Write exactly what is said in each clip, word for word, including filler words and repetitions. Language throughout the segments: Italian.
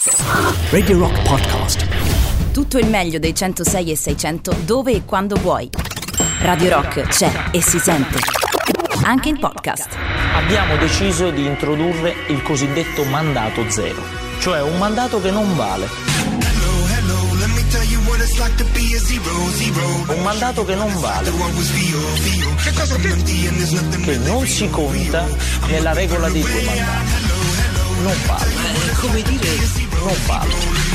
Radio Rock Podcast. Tutto il meglio dei centosei e seicento dove e quando vuoi. Radio Rock c'è e si sente anche in podcast. Abbiamo deciso di introdurre il cosiddetto mandato zero, cioè un mandato che non vale. Un mandato che non vale, che non si conta nella regola dei due mandati. Non vale. È come dire, non vale.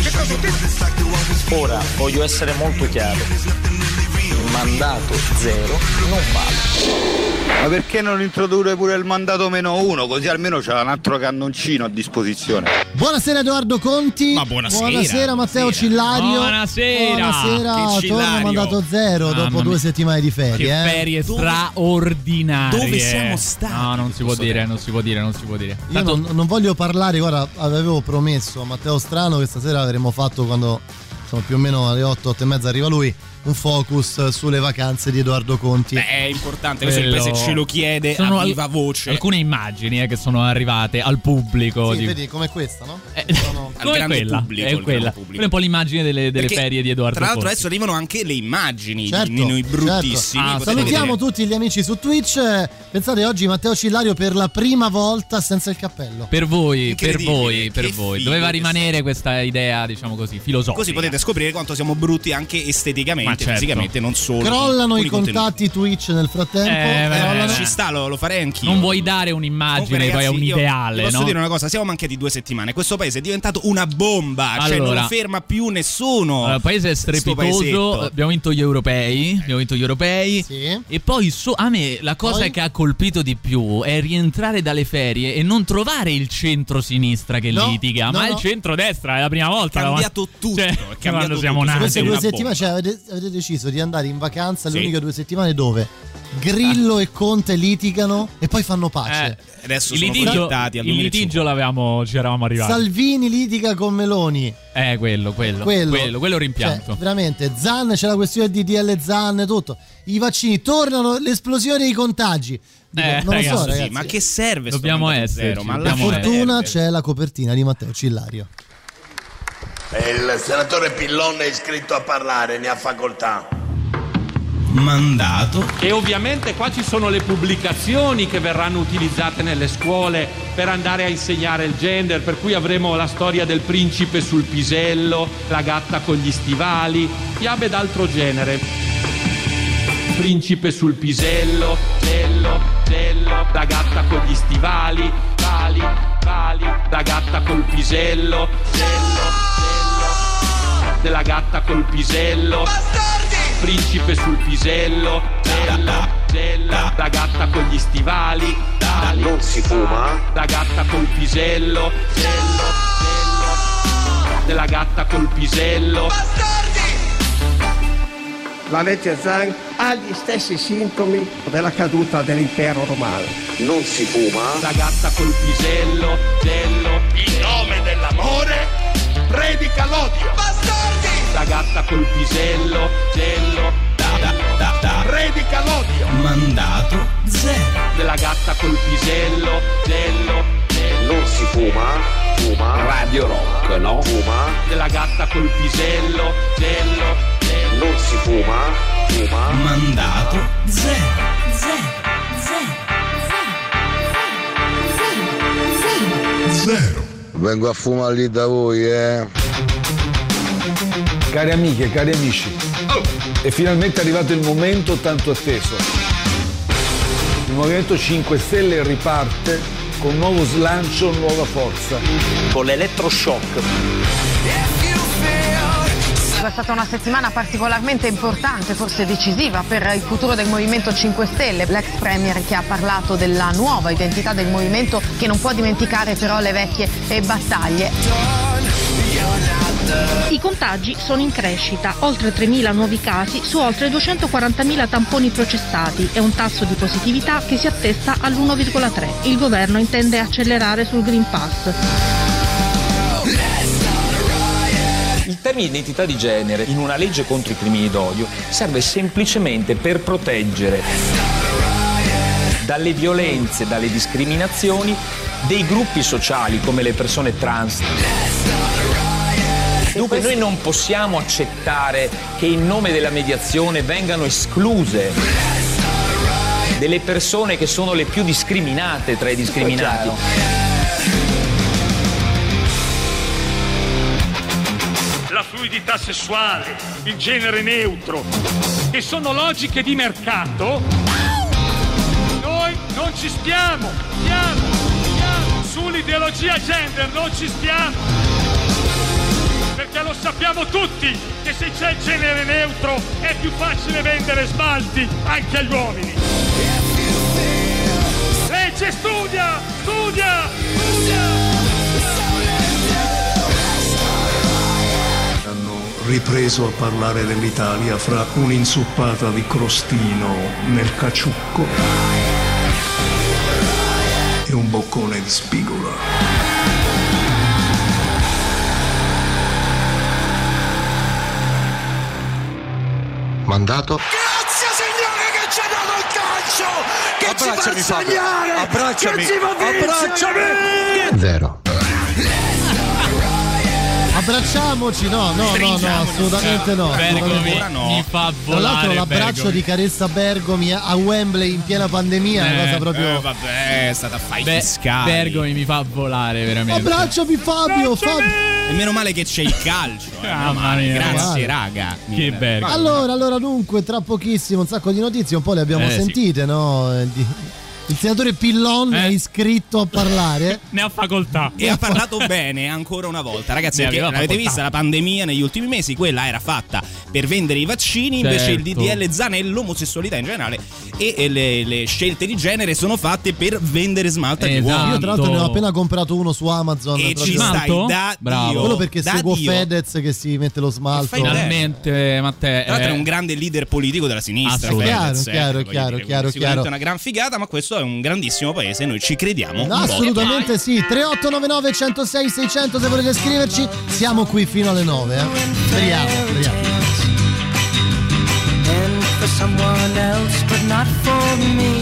Ora voglio essere molto chiaro. Il mandato zero non vale. Ma perché non introdurre pure il mandato meno uno? Così almeno c'è un altro cannoncino a disposizione. Buonasera Edoardo Conti. Ma buonasera. Buonasera Matteo buonasera. Cillario. Buonasera. Buonasera. Torna mandato zero Mamma dopo due mia. settimane di ferie. Che eh. ferie straordinarie. Dove siamo stati? No, non si può dire, dire, non si può dire, non si può dire. Io Tanto... non, non voglio parlare, guarda, avevo promesso a Matteo Strano che stasera avremmo fatto, quando insomma più o meno alle otto, otto e mezza arriva lui, un focus sulle vacanze di Edoardo Conti. Beh, è importante, questo Quello... il paese ce lo chiede sono a viva al... voce. Alcune immagini eh, che sono arrivate al pubblico. Sì, di... vedi come questa, no? Eh, sono... al come grande quella, pubblico, è il quella. grande pubblico. Quella è un po' l'immagine delle, delle Perché, ferie di Edoardo tra l'altro Conti. adesso arrivano anche le immagini certo, di noi bruttissimi. certo. Ah, salutiamo vedere. tutti gli amici su Twitch. Pensate, oggi Matteo Cillario per la prima volta senza il cappello. Per voi, per Incredibile, voi, per che voi. figo Doveva che rimanere sei. questa idea, diciamo così, filosofica. Così potete scoprire quanto siamo brutti anche esteticamente, Ma certo. fisicamente, non solo. Crollano con i i contenuti. contatti Twitch nel frattempo. Eh, beh, crollano. Ci sta, lo, lo farei anch'io. Non vuoi dare un'immagine, Comunque, poi è un ragazzi, io ideale, vi posso no? dire una cosa, siamo mancati due settimane. Questo paese è diventato una bomba, cioè Allora. non lo ferma più nessuno. Allora, il paese è Sto strepitoso, paesetto. abbiamo vinto gli europei, abbiamo vinto gli europei Sì. e poi so- a me la cosa Poi? che ha colpito di più è rientrare dalle ferie e non trovare il centro-sinistra che No, litiga, no, ma no. il centro-destra, è la prima volta. È cambiato tutto, Cioè, è cambiato quando tutto. siamo nati. Queste è due una settimane, bomba. cioè, avete, avete deciso di andare in vacanza le Sì. uniche due settimane dove Grillo e Conte litigano e poi fanno pace. Eh, Adesso il sono litigio, proiettati al il litigio l'avevamo, ci eravamo arrivati. Salvini litiga con Meloni. eh, quello, quello, Quello, quello, quello rimpianto. Cioè, veramente, Zan, c'è la questione di D L Zan, tutto. I vaccini tornano, l'esplosione dei contagi. Dico, Eh, non lo so, ragazzi, ragazzi. Sì, ma che serve sto Dobbiamo mandato esserci, zero? Ma Per dobbiamo lascia fortuna perdere. c'è la copertina di Matteo Cillario. Il senatore Pillon è iscritto a parlare, ne ha facoltà. Mandato. E ovviamente qua ci sono le pubblicazioni che verranno utilizzate nelle scuole per andare a insegnare il gender, per cui avremo la storia del principe sul pisello, la gatta con gli stivali, fiabe d'altro genere. Principe sul pisello, gello, gello, la gatta con gli stivali, vali, vali, la gatta col pisello, gello, gello, della gatta col pisello. Principe sul pisello, gello, gello, la gatta con gli stivali, vali, Non si fuma? la gatta col pisello, gello, gello, della gatta col pisello. La legge Zan ha gli stessi sintomi della caduta dell'impero romano. Non si fuma? La gatta col pisello, gello, In nome dell'amore, predica l'odio. la gatta col pisello, gello, Da, da, da. Predica l'odio. Mandato zero. della gatta col pisello, gello, gello, Non si fuma? Fuma? Radio Rock, no? Fuma? della gatta col pisello, gello, gello. Non si fuma? Fuma? Mandato zero. Vengo a fumare lì da voi, eh. Cari amiche, cari amici, è finalmente arrivato il momento tanto atteso. Il Movimento cinque Stelle riparte con nuovo slancio, nuova forza. Con l'elettroshock. È stata una settimana particolarmente importante, forse decisiva per il futuro del Movimento cinque Stelle. L'ex premier che ha parlato della nuova identità del movimento, che non può dimenticare però le vecchie battaglie. I contagi sono in crescita, oltre tremila nuovi casi su oltre duecentoquarantamila tamponi processati e un tasso di positività che si attesta all'uno virgola tre. Il governo intende accelerare sul Green Pass. Il termine identità di genere in una legge contro i crimini d'odio serve semplicemente per proteggere dalle violenze, dalle discriminazioni dei gruppi sociali come le persone trans. Dunque noi non possiamo accettare che in nome della mediazione vengano escluse delle persone che sono le più discriminate tra i discriminati. La fluidità sessuale, il genere neutro, che sono logiche di mercato, noi non ci stiamo, stiamo, stiamo. Sull'ideologia gender non ci stiamo, perché lo sappiamo tutti che se c'è il genere neutro è più facile vendere smalti anche agli uomini. Legge, studia, studia, studia. Ripreso a parlare dell'Italia fra un'inzuppata di crostino nel caciucco e un boccone di spigola. Mandato. Grazie signore che ci ha dato il calcio, che Abbracciami, ci fa Fabio. segnare, Abbracciami. che ci fa vincere. Zero. Abbracciamoci, no, no, no, no, assolutamente no. Bergomi no. mi fa Tra l'altro volare l'abbraccio Bergomi. di Caressa Bergomi a Wembley in piena pandemia è una Eh, cosa proprio. Eh, vabbè, è stata fai Beh, fiscali. Bergomi mi fa volare veramente. Abbracciami Fabio, Fabio. E meno male che c'è il calcio. Eh, meno Mamma male. mia. Grazie, Male. raga. Che bello. Allora, allora dunque, tra pochissimo un sacco di notizie, un po' le abbiamo Eh, sì. sentite, no? Eh, di- Il senatore Pillon Eh? è iscritto a parlare. Ne ha facoltà. E ha parlato bene ancora una volta, ragazzi, Ne perché aveva l'avete facoltà. vista la pandemia negli ultimi mesi, quella era fatta per vendere i vaccini, invece il D D L Zan e l'omosessualità in generale e, e le, le scelte di genere sono fatte per vendere smalto agli Esatto. uomini. Io tra l'altro ne ho appena comprato uno su Amazon. E proprio- ci stai Smalto? da Bravo. Dio. Quello perché da seguo Dio. Fedez che si mette lo smalto. Fai bene. Finalmente, Matteo. Tra l'altro è eh, un grande leader politico della sinistra. Assolutamente. Fedez, Chiaro, chiaro, voglio chiaro, dire, chiaro, sicuramente chiaro. una gran figata, ma questo è un grandissimo paese, noi ci crediamo. No, un botto. assolutamente sì. tre otto nove nove uno zero sei sei zero zero se volete scriverci. Siamo qui fino alle nove. Eh. Speriamo, speriamo. And for someone else, but not for me.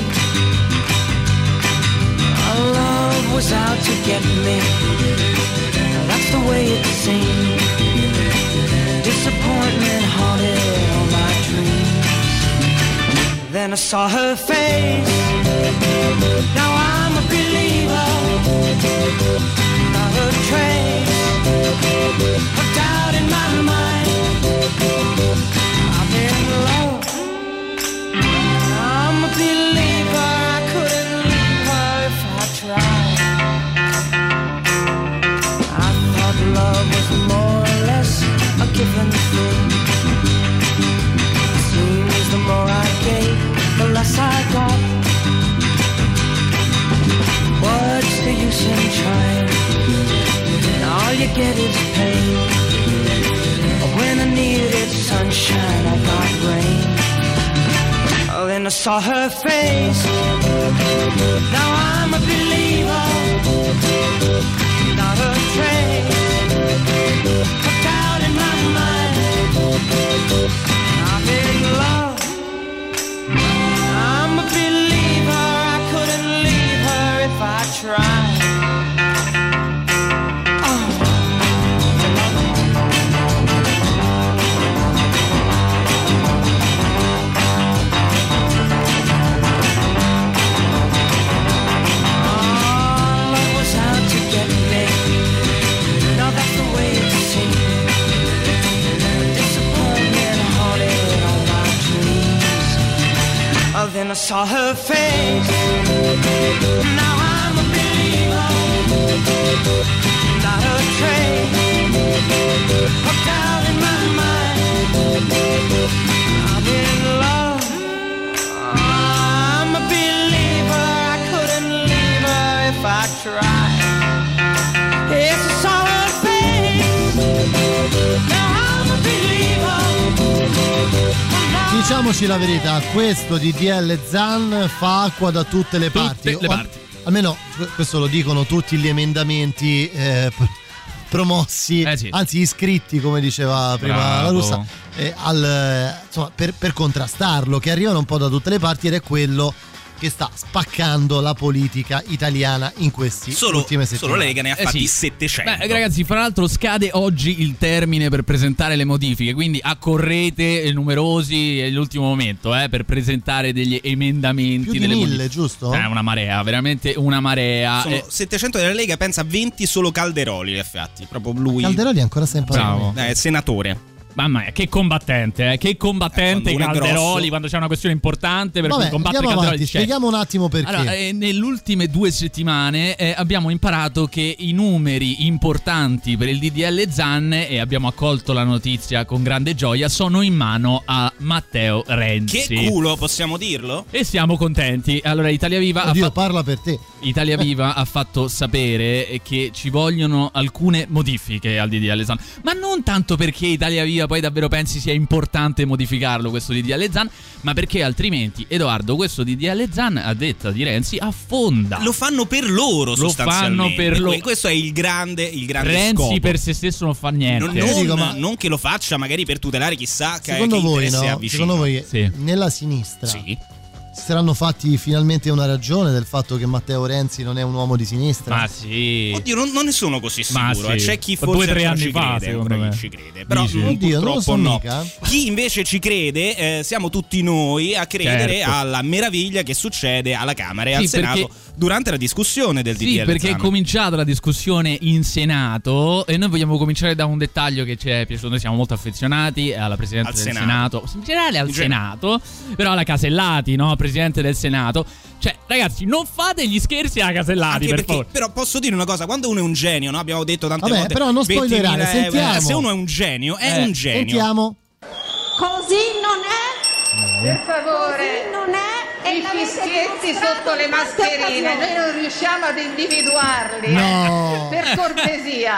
Our love was out to get me. That's the way it seemed. Disappointment haunted all my dreams. Then I saw her face. Now I'm a believer. Not a trace of doubt in my mind. I'm in love. I'm a believer. I couldn't leave her if I tried. I thought love was more or less a given thing. It seems the more I gave, the less I got. What's the use in trying? All you get is pain. When I needed sunshine, I got rain. Oh, then I saw her face. Now I'm a believer. Not a trace of doubt in my mind. I'm in love. I'm a believer. I couldn't leave her if I tried. Then I saw her face. Now I'm a believer. Not a trace of doubt in my mind. I'm in love. I'm a believer. I couldn't leave her if I tried. Yes, I saw her face. Now I'm a believer. Diciamoci la verità, questo D D L Zan fa acqua da tutte le parti. Tutte le O al- parti. almeno questo lo dicono tutti gli emendamenti eh, pr- promossi, Eh sì. anzi iscritti, come diceva prima Bravo. la Russa, eh, al, eh, insomma, per, per contrastarlo, che arrivano un po' da tutte le parti, ed è quello che che sta spaccando la politica italiana in questi solo, ultime settimane. Solo Lega ne ha fatti eh sì. settecento. Beh, ragazzi, fra l'altro scade oggi il termine per presentare le modifiche, quindi accorrete numerosi all'ultimo momento eh, per presentare degli emendamenti. Più di delle mille, modifiche. giusto? È eh, una marea, veramente una marea. Sono eh. settecento della Lega, pensa venti solo Calderoli, infatti, proprio lui. Calderoli è ancora sempre bravo. Eh, senatore. Mamma mia, che combattente, eh? Che combattente eh, quando Calderoli quando c'è una questione importante per Vabbè, cui combattere andiamo Calderoli. avanti, spieghiamo un attimo perché. Allora, eh, nelle ultime due settimane eh, abbiamo imparato che i numeri importanti per il D D L Zan, e abbiamo accolto la notizia con grande gioia, sono in mano a Matteo Renzi. Che culo, possiamo dirlo? E siamo contenti. Allora, Italia Viva Oddio, ha fatto... parla per te. Italia Viva ha fatto sapere che ci vogliono alcune modifiche al D D L Zan, ma non tanto perché Italia Viva poi davvero pensi sia importante modificarlo questo D D L Zan, ma perché altrimenti, Edoardo, questo D D L Zan, a detta di Renzi, affonda. Lo fanno per loro, Lo sostanzialmente. fanno per loro. Questo è il grande, il grande Renzi scopo. per se stesso non fa niente. Non, non, dico, ma- non che lo faccia magari per tutelare chissà che, Secondo che voi, interesse no? ha vicino. Secondo voi Sì. nella sinistra Sì. si saranno fatti finalmente una ragione del fatto che Matteo Renzi non è un uomo di sinistra? Ma sì. Oddio, non, non ne sono così Ma sicuro. sì. eh. C'è chi Due o forse tre ancora anni ci fa, crede, secondo ancora me. ci crede. Però Dici? Oddio, non lo so purtroppo no. mica. Chi invece ci crede, eh, siamo tutti noi a credere Certo. alla meraviglia che succede alla Camera e Sì, al Senato perché- durante la discussione del D D L Sì, perché Zan. è cominciata la discussione in Senato e noi vogliamo cominciare da un dettaglio che ci è piaciuto. Noi siamo molto affezionati alla Presidente Al del Senato. Senato, in generale al In gen- Senato, però alla Casellati, no? Presidente del Senato. Cioè, ragazzi, non fate gli scherzi alla Casellati, Anche per perché, favore. però posso dire una cosa, quando uno è un genio, no? Abbiamo detto tante Vabbè, volte però non ventimila spoilerare, euro. sentiamo. Se uno è un genio, è Eh, un genio. Sentiamo. Così non è? Per favore, Così non è? E i l'avete fischietti dimostrato sotto le in tante mascherine, occasioni. noi non riusciamo ad individuarli. No. Per cortesia.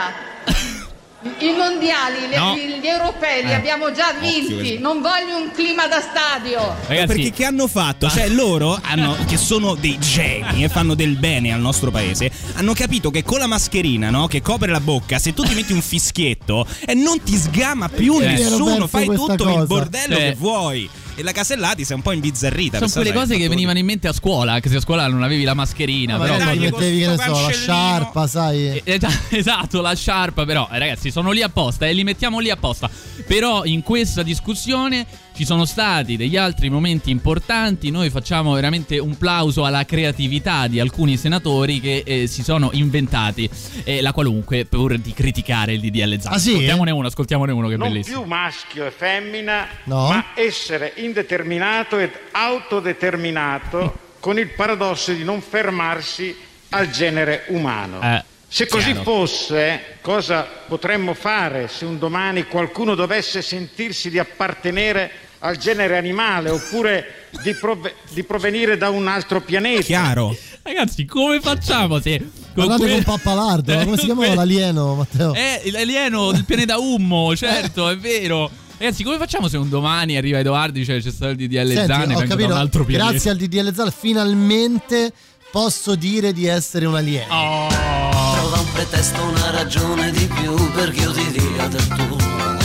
I mondiali, le- No. gli europei li Eh. abbiamo già vinti. Occhio. Non voglio un clima da stadio. Ragazzi, Perché che hanno fatto? Cioè loro hanno, che sono dei geni e fanno del bene al nostro paese, hanno capito che con la mascherina, no, che copre la bocca, se tu ti metti un fischietto e non ti sgama più Perché ero nessuno, perso fai questa tutto cosa? il bordello Cioè- che vuoi. E la Casellati si è un po' imbizzarrita. sono per quelle sapere, cose che fatto- venivano in mente a scuola, anche se a scuola non avevi la mascherina. Ma però magari dai, ti con mettevi, che ne sto so, la cancellino. sciarpa, sai. Eh, eh, esatto, la sciarpa, però eh, ragazzi, sono lì apposta e li mettiamo lì apposta. Però in questa discussione ci sono stati degli altri momenti importanti. Noi facciamo veramente un plauso alla creatività di alcuni senatori che eh, si sono inventati eh, la qualunque pur di criticare il D D L Zan. Ah, sì? Ascoltiamone uno, ascoltiamone uno che è Non bellissimo. più maschio e femmina, No. ma essere indeterminato ed autodeterminato con il paradosso di non fermarsi al genere umano. Eh, Se così chiaro. fosse, cosa potremmo fare se un domani qualcuno dovesse sentirsi di appartenere al genere animale oppure di, prove- di provenire da un altro pianeta? Chiaro. Ragazzi, come facciamo se con Parlate que- con Pappalardo, ma come si chiamava l'alieno, Matteo? Eh, l'alieno del pianeta Ummo, certo, è vero. Ragazzi, come facciamo se un domani arriva Edoardo e dice c'è stato il D D L Senti, Zan e ho vengo da capito, un altro pianeta? grazie al D D L Zan finalmente posso dire di essere un alieno. Oh. Trova un pretesto, una ragione di più perché io ti dia del tuo.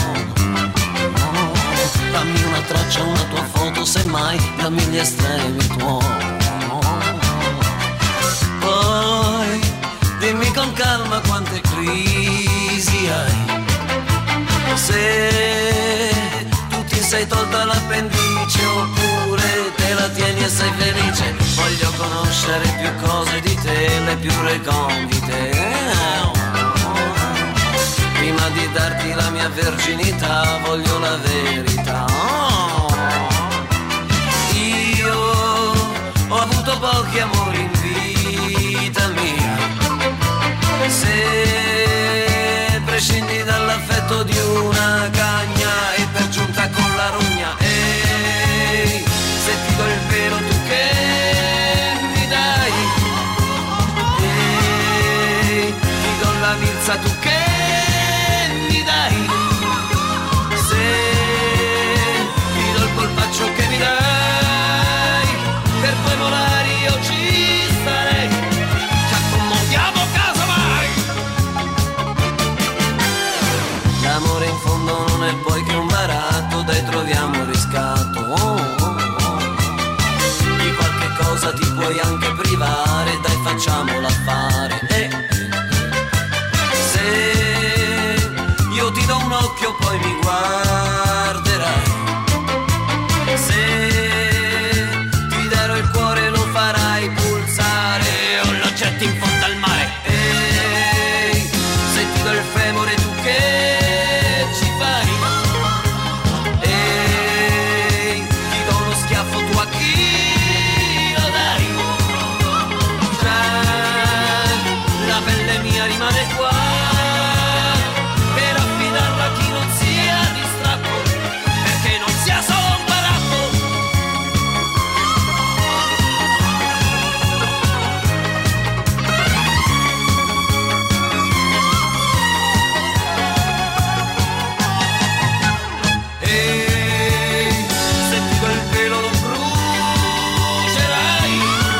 Dammi una traccia, una tua foto, semmai dammi gli estremi tuoi. Poi dimmi con calma quante crisi hai. Se tu ti sei tolta l'appendice oppure te la tieni e sei felice, voglio conoscere più cose di te, le più recondite. Prima di darti la mia verginità voglio la verità. Io ho avuto pochi amori in vita mia. Se prescindi dall'affetto di una cagna e per giunta con la rugna, ehi, se ti do il vero tu che mi dai, ehi, ti do la milza tu che mi dai, se do un occhio poi mi guarderai. Se ti darò il cuore lo farai pulsare, o lo getti in fondo al mare. Ehi, se ti do il femore tu che ci fai? Ehi, ti do uno schiaffo tu a chi lo dai? Già, la pelle mia rimane qua, per affidarla a chi non sia distratto, perché non sia solo un baratto. Ehi, se ti do il pelo lo brucerai.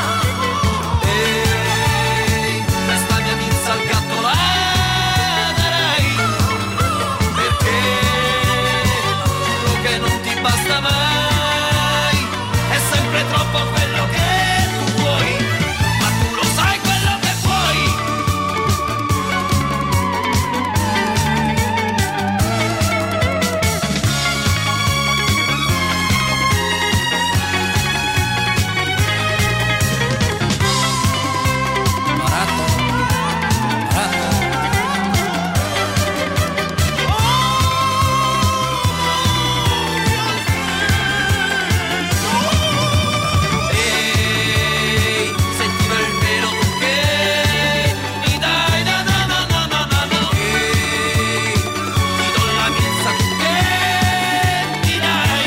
Ehi, questa mia minza al gatto la darai, perché giuro che non ti basta mai, è sempre troppo quello che tu vuoi, ma tu lo sai quello che vuoi. Ehi, se ti do il pelo tu che mi dai, na na na na na na na. Ehi, ti do la minza tu che mi dai.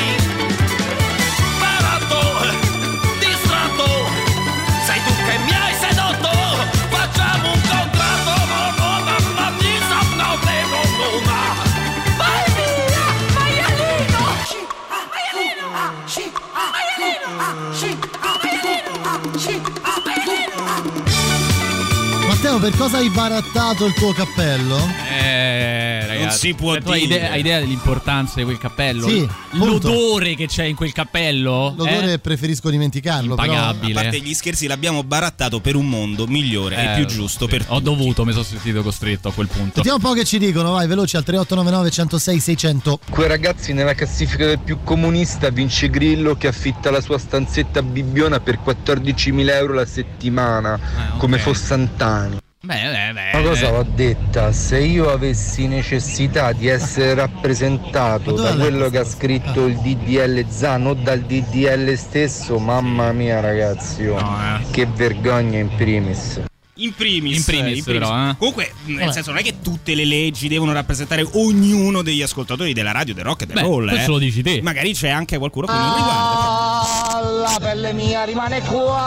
Baratto, distratto, sei tu che mi hai sedotto. Facciamo un contratto, no no no no, ti sa no no no no. Vai via, maialino. Sì, maialino. Sì, maialino. Sì, maialino. Sì, maialino. Matteo, per cosa hai barattato il tuo cappello? Eh, ragazzi, Non si può cioè, tu hai dire. idea, hai idea dell'importanza di quel cappello? Sì, L'odore che c'è in quel cappello? L'odore eh? preferisco dimenticarlo. Impagabile. A parte gli scherzi, l'abbiamo barattato per un mondo migliore e Eh, più giusto per Ho dovuto, mi sono sentito costretto a quel punto. Sentiamo un po' che ci dicono, vai veloci al tre otto nove nove uno zero sei sei zero zero. Quei ragazzi nella classifica del più comunista vince Grillo che affitta la sua stanzetta a Bibbiona per quattordicimila euro la settimana, come Fossantani. Beh, beh, beh. Una cosa l'ho detta, se io avessi necessità di essere rappresentato da quello che ha scritto il D D L Zan o dal D D L stesso, mamma mia ragazzi, oh, che vergogna in primis. In primis, In primis, però, eh. Comunque, nel Vabbè. senso, non è che tutte le leggi devono rappresentare ognuno degli ascoltatori della radio, del rock e del Beh, roll. questo eh. lo dici te. Magari c'è anche qualcuno che non riguarda. La pelle mia rimane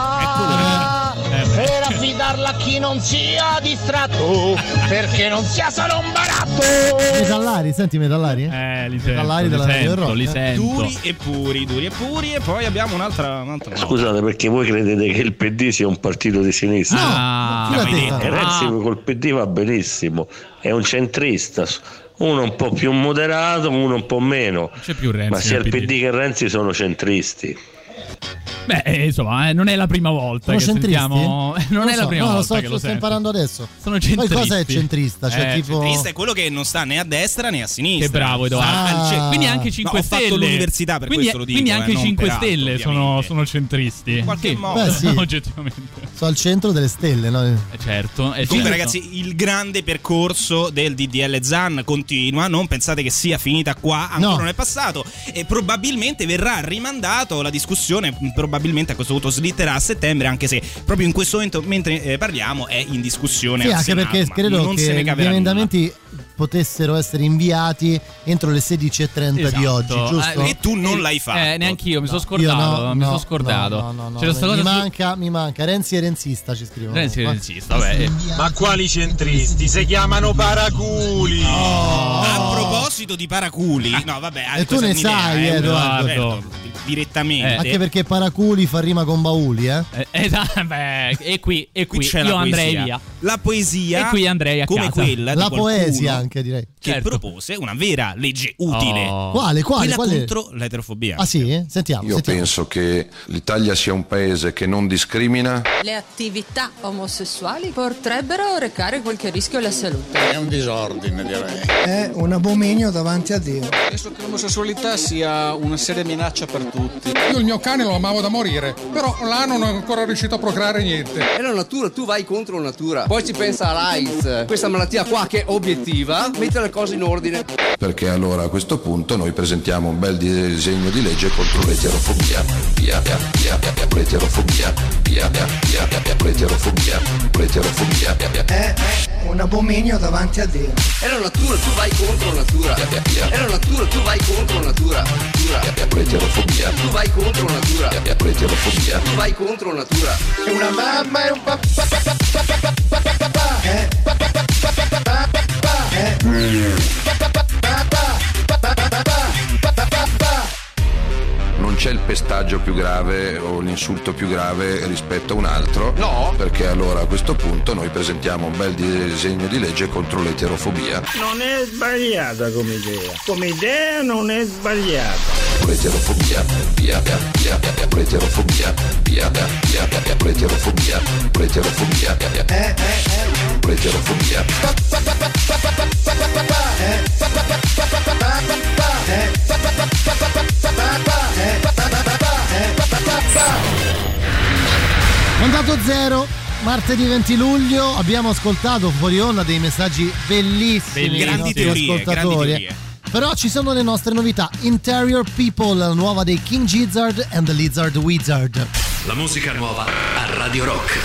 qua, per affidarla a chi non sia distratto, perché non sia solo un baratto. Metallari, senti Metallari? Eh, li Metallari sento, della li Radio sento, Rock, li eh. sento. Duri e puri, duri e puri. E poi abbiamo un'altra. un'altra Scusate, perché voi credete che il P D sia un partito di sinistra? Ah, chi l'ha detto? E Renzi col P D va benissimo, è un centrista, uno un po' più moderato, uno un po' meno. C'è più Renzi Ma sia nel il P D. P D che Renzi sono centristi. Beh, eh, insomma, eh, non è la prima volta Sono che centristi? sentiamo. Non, Non è so, la prima no, lo volta so, che lo lo sto sento. imparando adesso. Sono Poi centristi. cosa è centrista? Cioè, Eh, tipo... Centrista è quello che non sta né a destra né a sinistra. Che bravo, Edoardo. Ah, cioè, Quindi anche cinque no, ho Stelle. fatto l'università, per quindi, questo lo dico. Quindi anche eh, i non cinque per altro, Stelle sono, ovviamente. sono centristi. In qualche Sì. modo. Beh, sì. Oggettivamente. Sono al centro delle stelle, no? Eh, certo. eh, Comunque, certo. ragazzi, il grande percorso del D D L Zan continua. Non pensate che sia finita qua, ancora No. non è passato. E probabilmente verrà rimandato la discussione. Probabilmente a questo punto slitterà a settembre, anche se proprio in questo momento, mentre eh, parliamo, è in discussione. Sì, al anche Senato, perché ma credo non se che ne gli caverà emendamenti potessero essere inviati entro le sedici e trenta di Esatto. oggi, giusto? Eh, E tu non l'hai fatto. Eh, neanche io, mi sono Io scordato. no, mi no, sono scordato. No, no, no, C'era no. sta Mi cosa su- manca, mi manca. Renzi e renzista ci scrivono. Renzi e Ma- renzista, vabbè. eh. Ma quali centristi? Si chiamano paraculi. A proposito di paraculi, no, vabbè, E tu cosa ne è un'idea, sai, eh, Edoardo. certo, direttamente. Anche perché paraculi fa rima con bauli, eh? Eh, esatto, beh, e qui, e qui, Qui c'è io la andrei poesia. via. la poesia, e qui andrei a come casa. quella La di poesia anche, direi. che Certo. propose una vera legge utile. Oh. Quale, quale, Quella quale? contro l'eterofobia. Ah sì? Sentiamo, Io sentiamo. penso che l'Italia sia un paese che non discrimina. Le attività omosessuali potrebbero recare qualche rischio alla salute. È un disordine, direi. È un abominio davanti a Dio. Penso che l'omosessualità sia una seria minaccia per tutti. Io il mio cane lo amavo da morire, però là non è ancora riuscito a procreare niente. È la natura, tu vai contro la natura. Poi ci pensa all'AIDS, questa malattia qua che è obiettiva, mette le cose in ordine. Perché allora a questo punto noi presentiamo un bel disegno di legge contro l'eterofobia. Via, via, via, via, l'eterofobia. Via, via, via, via, l'eterofobia. L'eterofobia. È un abominio davanti a Dio. È la natura, tu vai contro la natura. È la natura, tu vai contro la natura. L'eterofobia. Tu vai contro la natura. L'eterofobia. Tu vai contro la natura. È una mamma e un papà. È Non c'è il pestaggio più grave o l'insulto più grave rispetto a un altro. No. Perché allora a questo punto noi presentiamo un bel disegno di legge contro l'eterofobia. Non è sbagliata come idea. Come idea non è sbagliata. L'eterofobia. Via, via, via, via, l'eterofobia. Via, via, via, via, l'eterofobia. L'eterofobia. È L'eterofobia. Mandato zero, martedì venti luglio, abbiamo ascoltato fuori onda dei messaggi bellissimi dei grandi nostri teorie, ascoltatori. grandi teorie. Però ci sono le nostre novità. Interior People, la nuova dei King Gizzard and the Lizard Wizard. La musica nuova a Radio Rock.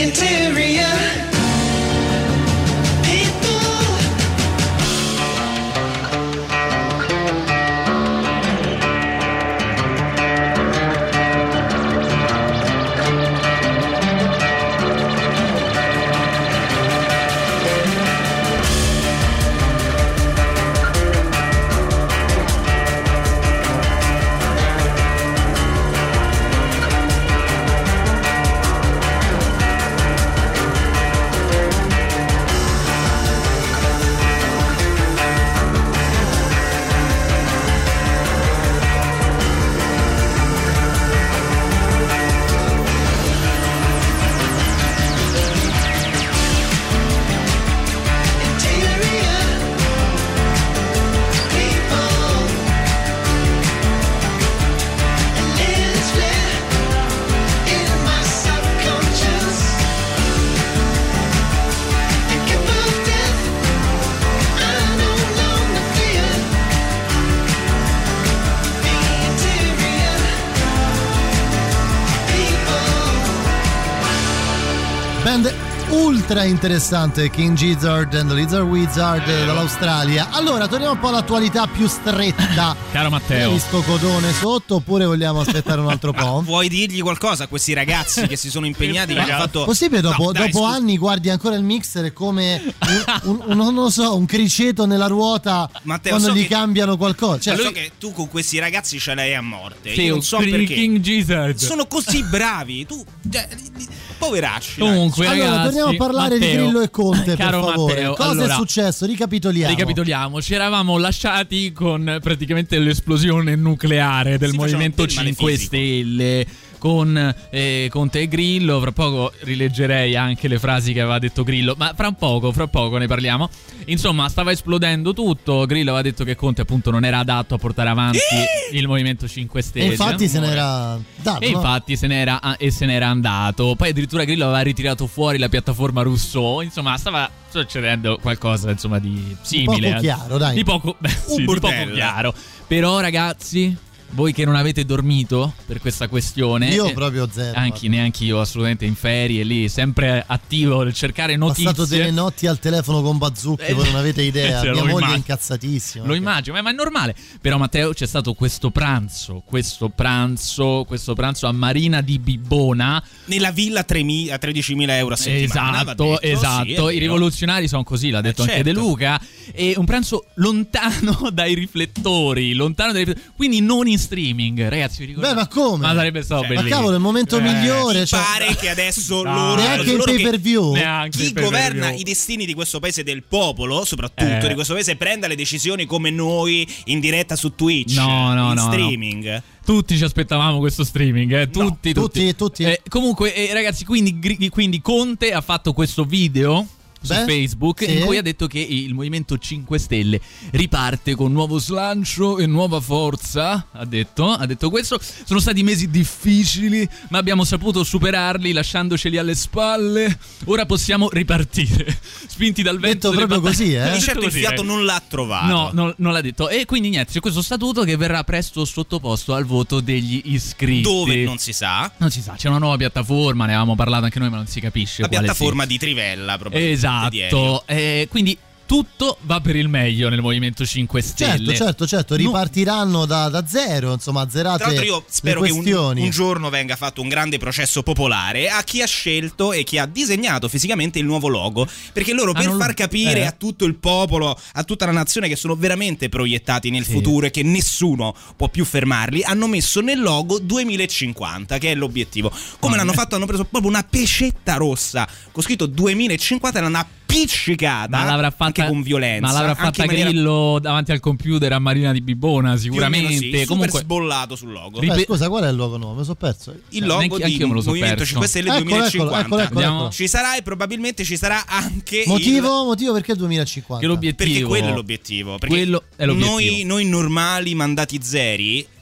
Interior. ultra interessante, King Gizzard and the Lizard Wizard dall'Australia. Allora, torniamo un po' all'attualità più stretta. Caro Matteo, hai visto codone sotto oppure vogliamo aspettare un altro po'? Ma vuoi dirgli qualcosa a questi ragazzi che si sono impegnati? Che hanno fatto... Possibile dopo, no, dai, dopo scusa. anni guardi ancora il mixer come un, un, un, non lo so, un criceto nella ruota Matteo, quando so gli che... cambiano qualcosa. Cioè, Ma lui... so che tu con questi ragazzi ce l'hai a morte. Sì, Io non so perché. King Gizzard. Sono così bravi. Tu, cioè, poveracci. Comunque, allora, ragazzi, torniamo a parlare Matteo, di Grillo e Conte, caro per favore. Matteo, Cosa allora, è successo? Ricapitoliamo. Ricapitoliamo. Ci eravamo lasciati con praticamente l'esplosione nucleare del Si Movimento faceva del cinque male fisico. Stelle con eh, Conte e Grillo. Fra poco rileggerei anche le frasi che aveva detto Grillo, ma fra poco, fra poco ne parliamo. Insomma, stava esplodendo tutto. Grillo aveva detto che Conte appunto non era adatto a portare avanti il Movimento cinque Stelle. E infatti se n'era dato, E no? infatti se n'era, e se n'era andato. Poi addirittura Grillo aveva ritirato fuori la piattaforma Rousseau. Insomma, stava succedendo qualcosa insomma di simile. Di poco chiaro, dai. Di poco, beh, sì, di poco chiaro. Però ragazzi, voi che non avete dormito per questa questione, Io eh, proprio zero. Anche neanche io, assolutamente in ferie, lì sempre attivo nel cercare Ho notizie. passato delle notti al telefono con Bazzucchi, Eh, voi non avete idea. sì, Mia lo moglie è immagino. incazzatissima. Lo immagino, ma, ma è normale. Però Matteo, c'è stato questo pranzo, questo pranzo, questo pranzo a Marina di Bibbona. Nella villa tremila, tredicimila euro a settimana. va Esatto, detto, esatto. sì, è I vero. rivoluzionari sono così, l'ha detto Eh, anche De certo. Luca. E un pranzo lontano dai riflettori, lontano dai riflettori, quindi non in streaming, ragazzi. Vi ricordate? Beh, ma come? Ma sarebbe stato Ma bellissimo. cavolo, è il momento Eh, migliore. Mi Cioè... pare che adesso No, loro, neanche in loro pay che- per view. Neanche chi in pay per governa view. i destini di questo paese, del popolo, soprattutto Eh. di questo paese, prenda le decisioni come noi in diretta su Twitch, No, no, in no, no. streaming. Tutti ci aspettavamo questo streaming, eh? tutti, No, tutti, tutti, tutti. Eh, comunque, eh, ragazzi, quindi, Gri- quindi Conte ha fatto questo video su Beh, Facebook sì. in cui ha detto che il Movimento cinque Stelle riparte con nuovo slancio e nuova forza. Ha detto, ha detto questo. Sono stati mesi difficili, ma abbiamo saputo superarli lasciandoceli alle spalle. Ora possiamo ripartire. Spinti dal vento Detto delle proprio battaglie. così, eh? Ha Di detto certo il così, fiato eh. non l'ha trovato. No, no, non l'ha detto. E quindi niente, c'è questo statuto che verrà presto sottoposto al voto degli iscritti. Dove non si sa. Non si sa, c'è una nuova piattaforma, ne avevamo parlato anche noi, ma non si capisce La quale piattaforma sia. di Trivella, probabilmente, di Elio. Esatto. Eh, quindi tutto va per il meglio nel Movimento cinque Stelle. Certo, certo, certo, ripartiranno da, da zero, insomma, azzerate Tra l'altro io spero le che un, questioni. un giorno venga fatto un grande processo popolare a chi ha scelto e chi ha disegnato fisicamente il nuovo logo, perché loro, per non lo- far capire eh. a tutto il popolo, a tutta la nazione che sono veramente proiettati nel Sì. futuro e che nessuno può più fermarli, hanno messo nel logo duemilacinquanta, che è l'obiettivo. Come Ah, l'hanno eh. fatto? Hanno preso proprio una pecetta rossa con scritto duemilacinquanta e l'hanno appiccicata, Ma l'avrà fatta, anche con violenza, ma l'avrà anche fatta in maniera Grillo davanti al computer a Marina di Bibbona, più o meno sicuramente. sì, super Comunque, sbollato sul logo. Ri- Beh, scusa, qual è il logo nuovo? Mi sono perso. Il logo neanche- di anch'io me lo so Movimento perso. cinque Stelle Eccolo, duemilacinquanta. eccolo, eccolo, Vediamo. eccolo. Ci sarà e probabilmente ci sarà anche Motivo? il... Motivo perché il duemilacinquanta? che l'obiettivo Perché quello è l'obiettivo. Perché Quello è l'obiettivo. Noi, noi normali mandati zeri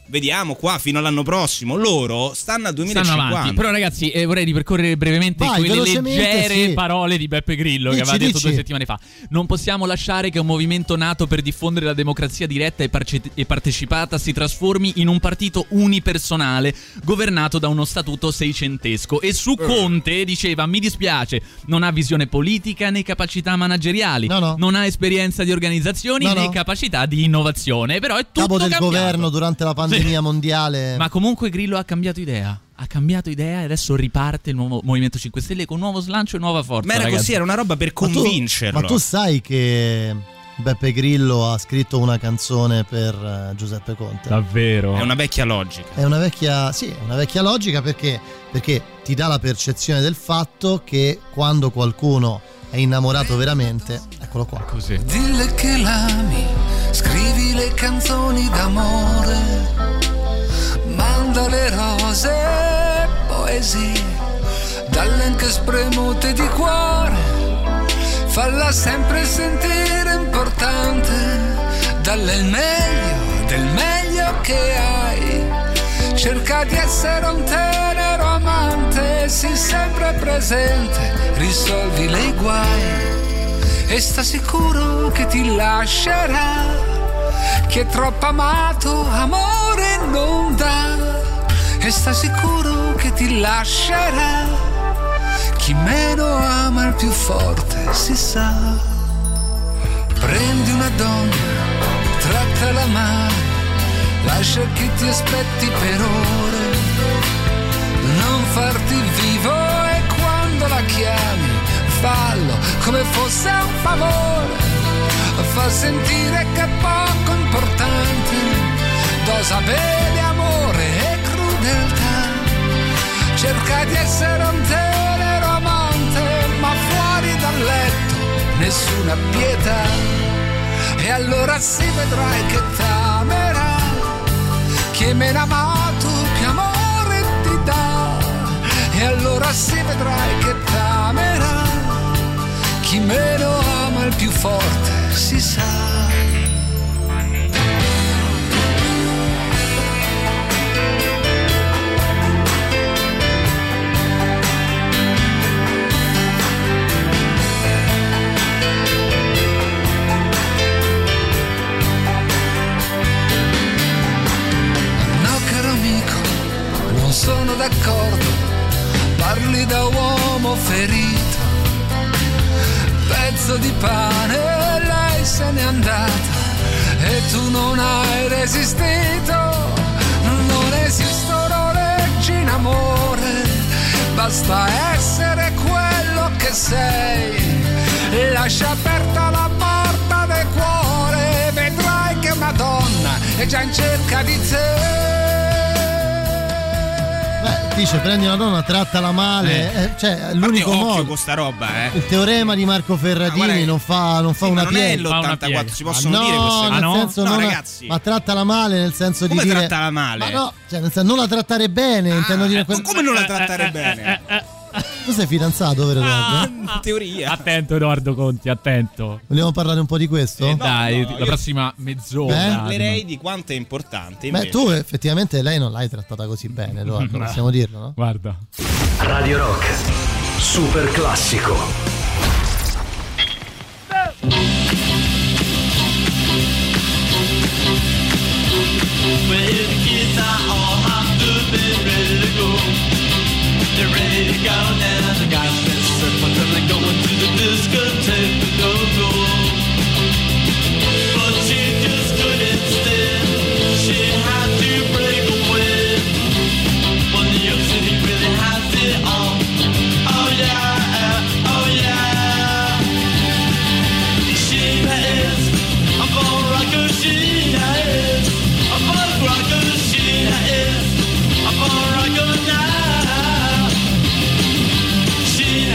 vediamo qua fino all'anno prossimo. Loro stanno al duemilacinquanta. Stanno avanti. Però ragazzi, eh, vorrei ripercorrere brevemente Vai, quelle velocemente, leggere sì. parole di Beppe Grillo, Dici, che aveva detto dici. due settimane fa. Non possiamo lasciare che un movimento nato per diffondere la democrazia diretta e, parce- e partecipata si trasformi in un partito unipersonale governato da uno statuto seicentesco. E su Conte diceva: mi dispiace, non ha visione politica né capacità manageriali, No, no. non ha esperienza di organizzazioni No, né no. capacità di innovazione. Però è tutto Capo del cambiato. governo durante la pandemia mondiale. Ma comunque Grillo ha cambiato idea. Ha cambiato idea e adesso riparte il nuovo Movimento cinque Stelle con nuovo slancio e nuova forza. Ma era ragazzi. così, era una roba per Ma tu- convincerlo. Ma tu sai che Beppe Grillo ha scritto una canzone per eh, Giuseppe Conte? Davvero? È una vecchia logica. È una vecchia, sì, è una vecchia logica perché, perché ti dà la percezione del fatto che quando qualcuno è innamorato veramente, eccolo qua. Così. Dille che l'ami, scrivi le canzoni d'amore, manda le rose, poesie, dalle anche spremute di cuore, falla sempre sentire importante, dalle il meglio del meglio che hai, cerca di essere un tenero amante, sii sempre presente, risolvile i guai e sta sicuro che ti lascerà. Chi è troppo amato amore non dà e sta sicuro che ti lascerà. Chi meno ama il più forte si sa. Prendi una donna, trattala male, lascia che ti aspetti per ore, non farti vivo e quando la chiami fallo come fosse un favore. Fa sentire che è poco importante, dosa bene amore e crudeltà, cerca di essere un tenero amante, ma fuori dal letto nessuna pietà, e allora si vedrai che t'amerà, chi è meno amato più amore ti dà, e allora si vedrai che t'amerà, chi meno ama il più forte si sa. No, caro amico, non sono d'accordo, parli da uomo ferito, pezzo di pane, lei se n'è andata e tu non hai resistito. Non esistono leggi in amore, basta essere quello che sei. Lascia aperta la porta del cuore, vedrai che una donna è già in cerca di te. Dice prendi una donna, trattala male, eh. Eh, cioè l'unico occhio modo con sta roba, eh. il teorema di Marco Ferratini non fa, non fa Sì, una ma non è piega. l'ottantaquattro, si possono Ma no, dire queste cose. nel Ah, no? senso No, non ragazzi. ma trattala male nel senso Come di dire trattala male? Ma no, cioè nel senso non la trattare bene, intendo dire Ma come non la trattare bene? Tu sei fidanzato, vero Edoardo? In teoria. Attento Edoardo Conti, attento. Vogliamo parlare un po' di questo? Eh, dai, no, la io- prossima mezz'ora. Eh? Parlerei di quanto è importante Beh, invece. tu effettivamente lei non l'hai trattata così bene, Edoardo, possiamo dirlo, no? Guarda. Radio Rock, super classico. Well, the kids are all hopped up and ready to go. They're ready to go now. The guys been surfing, they're going to the discotheque to go go. But she just couldn't stand. She had to break away. Well, New York City really has it all. Oh yeah, oh yeah. She is a ball rocker. She is. A bug rocker, she is a bug rocker now. She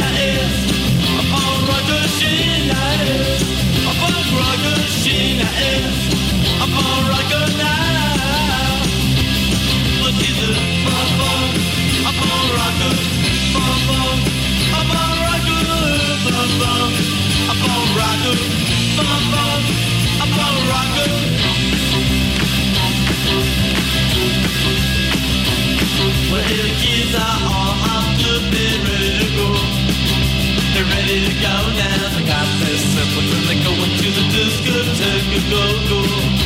you're ready to go now. I got this simple to make go into the discotheque and go go.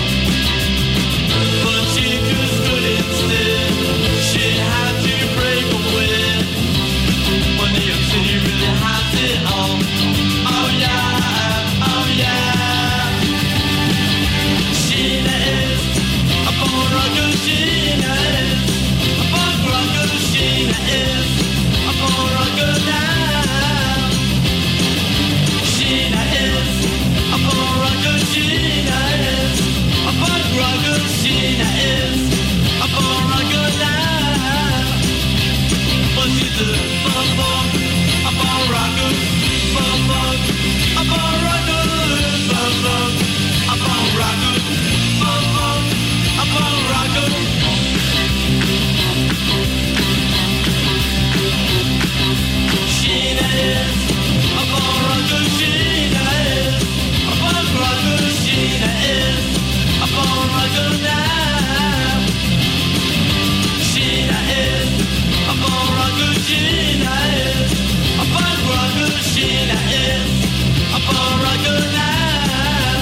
But she just couldn't stand. She had to break away. When New York City really has it all. Oh yeah, oh yeah. Sheena is a born rocker. Sheena is a punk rocker. Sheena is a born rocker now. Sheena is a born rocker. Sheena is a punk rocker. Sheena is a born rocker now. But she's a bum bum, a born rocker, bum bum, a born rocker, bum bum, a born rocker, bum bum, a born rocker. Sheena is a born rocker. Sheena is a punk rocker. Sheena is a born rocker now. Sheena is a born rocker. Sheena is a punk rocker. Sheena is a born rocker now.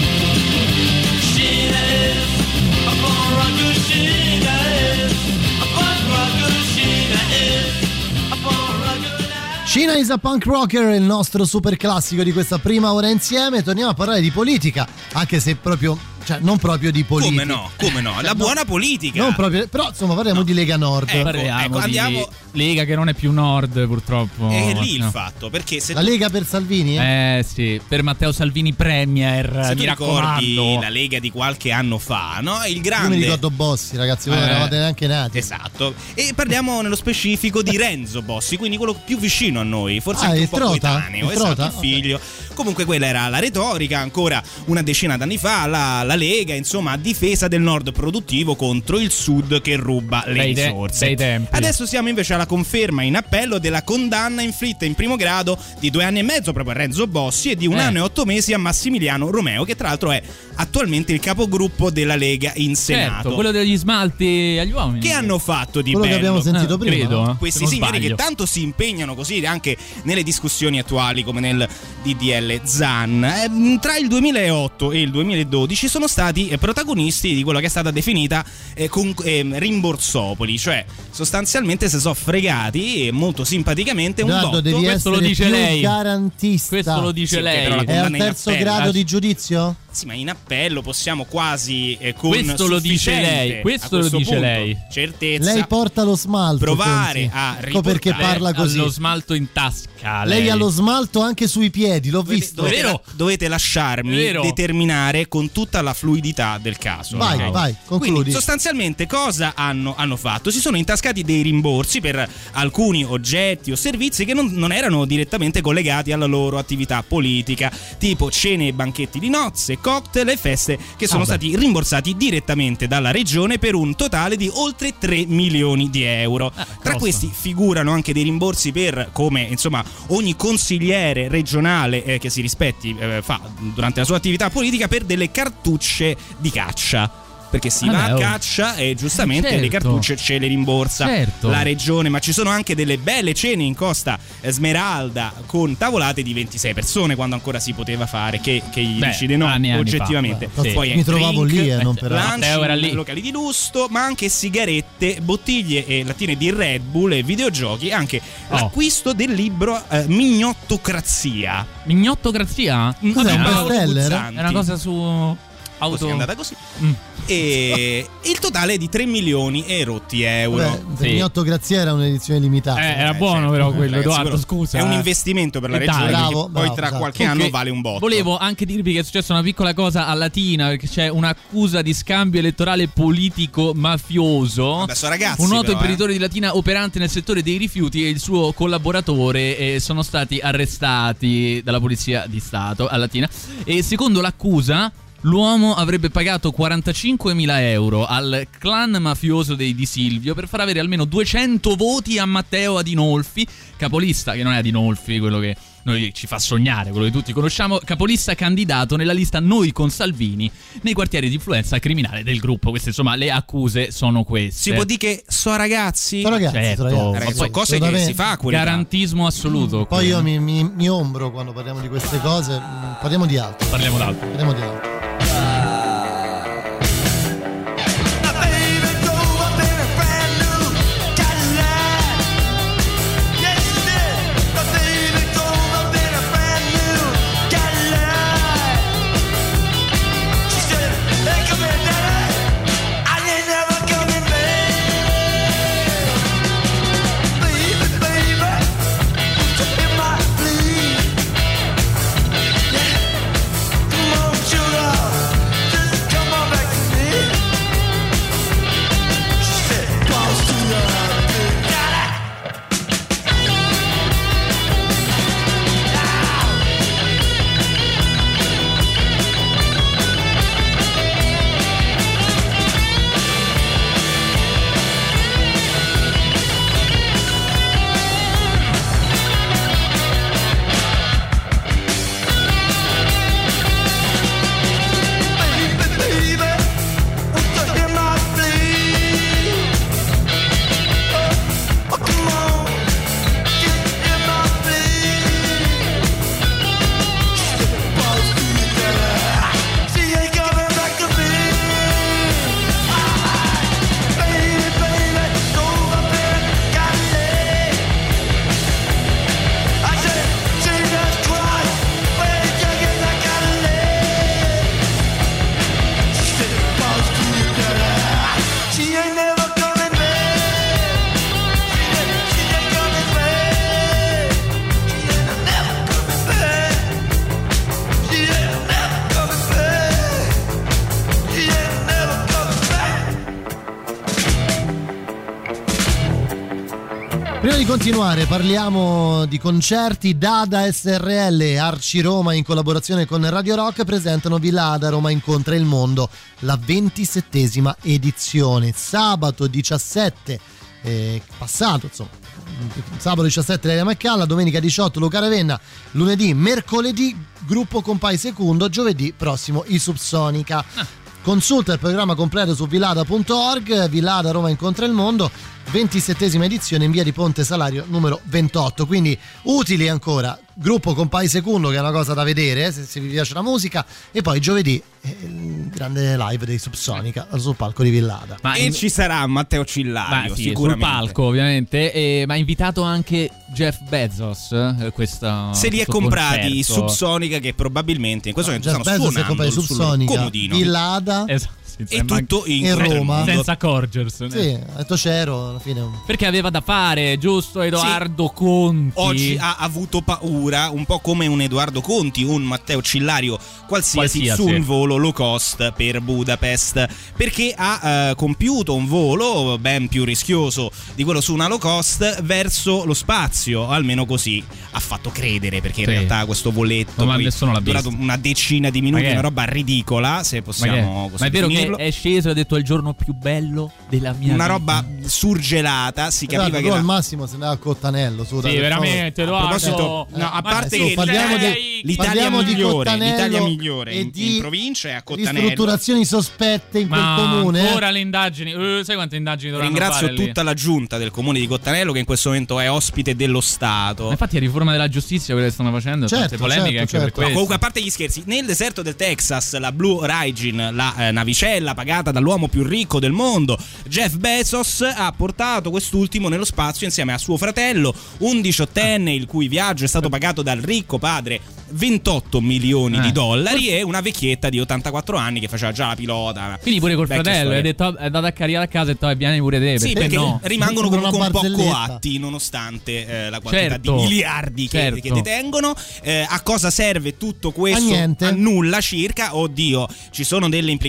Sheena is a born rocker. Sheena is a punk rocker. Sheena is a born rocker now. Sheena is a Punk Rocker è il nostro super classico di questa prima ora insieme. Torniamo a parlare di politica, anche se proprio, cioè non proprio di politica. Come no? Come no? La buona politica. Non proprio, però insomma parliamo no. di Lega Nord. Ecco, parliamo ecco, andiamo Lega che non è più Nord, purtroppo. È lì no. il fatto, perché se la tu... Lega per Salvini? Eh? eh sì, per Matteo Salvini Premier. Se mi tu ricordi raccomando. la Lega di qualche anno fa, no? Il grande. Io mi ricordo Bossi, ragazzi, voi Eh. non eravate neanche nati. Esatto. E parliamo nello specifico di Renzo Bossi, quindi quello più vicino a noi, forse Ah, anche un il po' Trota? coetaneo, Il esatto, Trota? il figlio. Comunque quella era la retorica, ancora una decina d'anni fa, la, la Lega, insomma, a difesa del nord produttivo contro il sud che ruba le Bei te- risorse. bei tempi. Adesso siamo invece alla conferma in appello della condanna inflitta in primo grado di due anni e mezzo proprio a Renzo Bossi e di un Eh. anno e otto mesi a Massimiliano Romeo, che tra l'altro è attualmente il capogruppo della Lega in Senato. Certo, quello degli smalti agli uomini. Che hanno fatto di Quello che bello? abbiamo sentito Eh, prima, credo, no? eh. Questi Se non signori sbaglio. che tanto si impegnano così anche nelle discussioni attuali come nel D D L Zan. Eh, tra il duemilaotto e il duemiladodici sono stati eh, protagonisti di quello che è stata definita eh, con, eh, rimborsopoli, cioè sostanzialmente si sono fregati eh, molto simpaticamente un Edoardo, botto. devi questo lo essere dice più lei. garantista. Questo lo dice Sì, lei. però la È condanna al in terzo appello. grado di giudizio? Sì, ma in appello possiamo quasi eh, con Questo lo dice sufficiente, lei, questo a questo lo dice punto, lei. certezza, Lei porta lo smalto. provare pensi? a Ecco perché riportare parla così. Allo smalto in tasca. Lei ha lo smalto anche sui piedi, l'ho Dovete, visto. dovete, Vero? dovete lasciarmi Vero? determinare con tutta la fluidità del caso. Vai, ok? vai, concludi. Quindi sostanzialmente cosa hanno, hanno fatto? Si sono intascati dei rimborsi per alcuni oggetti o servizi che non, non erano direttamente collegati alla loro attività politica, tipo cene e banchetti di nozze, cocktail e feste che sono Ah, beh. stati rimborsati direttamente dalla regione per un totale di oltre tre milioni di euro. Tra grossa. questi figurano anche dei rimborsi per, come insomma ogni consigliere regionale eh, che si rispetti eh, fa durante la sua attività politica, per delle cartucce di caccia. Perché si Vabbè, va a oh. caccia e giustamente Certo. le cartucce ce le rimborsa Certo. la regione, ma ci sono anche delle belle cene in Costa Smeralda con tavolate di ventisei persone, quando ancora si poteva fare, che, che gli Beh, dici no, anni e anni oggettivamente. fa. Sì. Poi Mi è trovavo drink, lì, eh, non per lunch, Matteo era lì. locali di lusso, ma anche sigarette, bottiglie e lattine di Red Bull e videogiochi, e anche Oh. l'acquisto del libro eh, Mignottocrazia. Mignottocrazia? Cos'è, Vabbè, un è una- bestseller? È una cosa su auto. Così è andata così. Mm. E il totale è di tre milioni e rotti euro. Vabbè, Sì. Mignotto Grazia era un'edizione limitata. Eh, era Eh, buono certo. però quello, Ragazzi, Edoardo, però scusa. È un eh. investimento per la E regione, dai. che Bravo, poi bravo, tra esatto. qualche Comunque, anno vale un botto. Volevo anche dirvi che è successa una piccola cosa a Latina, perché c'è un'accusa di scambio elettorale politico mafioso. Vabbè, sono ragazzi, Un noto però, imprenditore di Latina operante nel settore dei rifiuti e il suo collaboratore eh, sono stati arrestati dalla polizia di Stato a Latina. E secondo l'accusa, l'uomo avrebbe pagato quarantacinquemila euro al clan mafioso dei Di Silvio per far avere almeno duecento voti a Matteo Adinolfi, capolista, che non è Adinolfi quello che noi ci fa sognare, quello che tutti conosciamo, capolista candidato nella lista Noi con Salvini nei quartieri di influenza criminale del gruppo. Queste insomma le accuse sono queste. Si può dire che so ragazzi? So ragazzi, certo, so ragazzi. Ragazzi, sono cose che si fa a qualità. Garantismo assoluto. Mm, poi io mi, mi, mi ombro quando parliamo di queste cose. Mm, parliamo di altro. Parliamo d'altro. Parliamo di altro. Prima di continuare parliamo di concerti. Dada S R L e Arci Roma in collaborazione con Radio Rock presentano Villa Ada Roma incontra il mondo, la ventisettesima edizione. Sabato diciassette eh, passato insomma sabato diciassette Leila Maccalla, domenica diciotto Luca Ravenna, lunedì, mercoledì Gruppo Compai Secundo, giovedì prossimo i Subsonica. Ah. Consulta il programma completo su villada punto org. Villa Ada Roma incontra il mondo, ventisettesima edizione in via di Ponte Salario numero ventotto. Quindi utili ancora Gruppo Compai Secundo, che è una cosa da vedere eh, se, se vi piace la musica, e poi giovedì eh, il grande live dei Subsonica sul palco di Villa Ada. Ma e in... ci sarà Matteo Cillario, sì, sicuramente sul palco ovviamente, eh, ma ha invitato anche Jeff Bezos eh, questa, se li è comprati concerto. I Subsonica, che probabilmente in questo momento Jeff stanno Bezos suonando i Subsonica, comodino Villa Ada, esatto. E tutto in, in Roma senza accorgersene. Sì, ha detto c'ero alla fine. Perché aveva da fare, giusto Edoardo sì. Conti? Oggi ha avuto paura, un po' come un Edoardo Conti, un Matteo Cillario qualsiasi, qualsiasi. su un volo low cost per Budapest, perché ha uh, compiuto un volo ben più rischioso di quello su una low cost verso lo spazio, almeno così ha fatto credere, perché in sì. realtà questo voletto ma nessuno l'ha durato visto. Una decina di minuti, una roba ridicola, se possiamo ma così ma è vero finirlo. Che è sceso e ha detto è il giorno più bello della mia una vita. roba surgelata, si capiva esatto, che al la... massimo se andava a Cottanello su, sì veramente a proposito, eh, no, a parte adesso, che parliamo l'Italia, di, l'Italia parliamo migliore, di l'Italia migliore e in, di, in provincia è a Cottanello. Ristrutturazioni sospette in ma quel comune. Ancora le indagini, uh, sai quante indagini dovranno Ringrazio fare tutta lì? la giunta del comune di Cottanello, che in questo momento è ospite dello Stato. Ma infatti è riforma della giustizia quelle che stanno facendo, certo, tante polemiche certo, anche certo. per questo. No, comunque, a parte gli scherzi, nel deserto del Texas la Blue Origin, la eh, navicella pagata dall'uomo più ricco del mondo, Jeff Bezos, ha portato quest'ultimo nello spazio insieme a suo fratello, un diciottenne il cui viaggio è stato pagato dal ricco padre ventotto milioni eh. di dollari, e una vecchietta di ottantaquattro anni che faceva già la pilota. Quindi pure col fratello hai detto, è andato a caricare a casa e detto vieni pure te. Sì, perché, perché no? rimangono comunque un po' barzelletta. coatti nonostante eh, la quantità certo. di miliardi che, certo. che detengono. Eh, a cosa serve tutto questo? A niente. A nulla circa. Oddio, ci sono delle implicazioni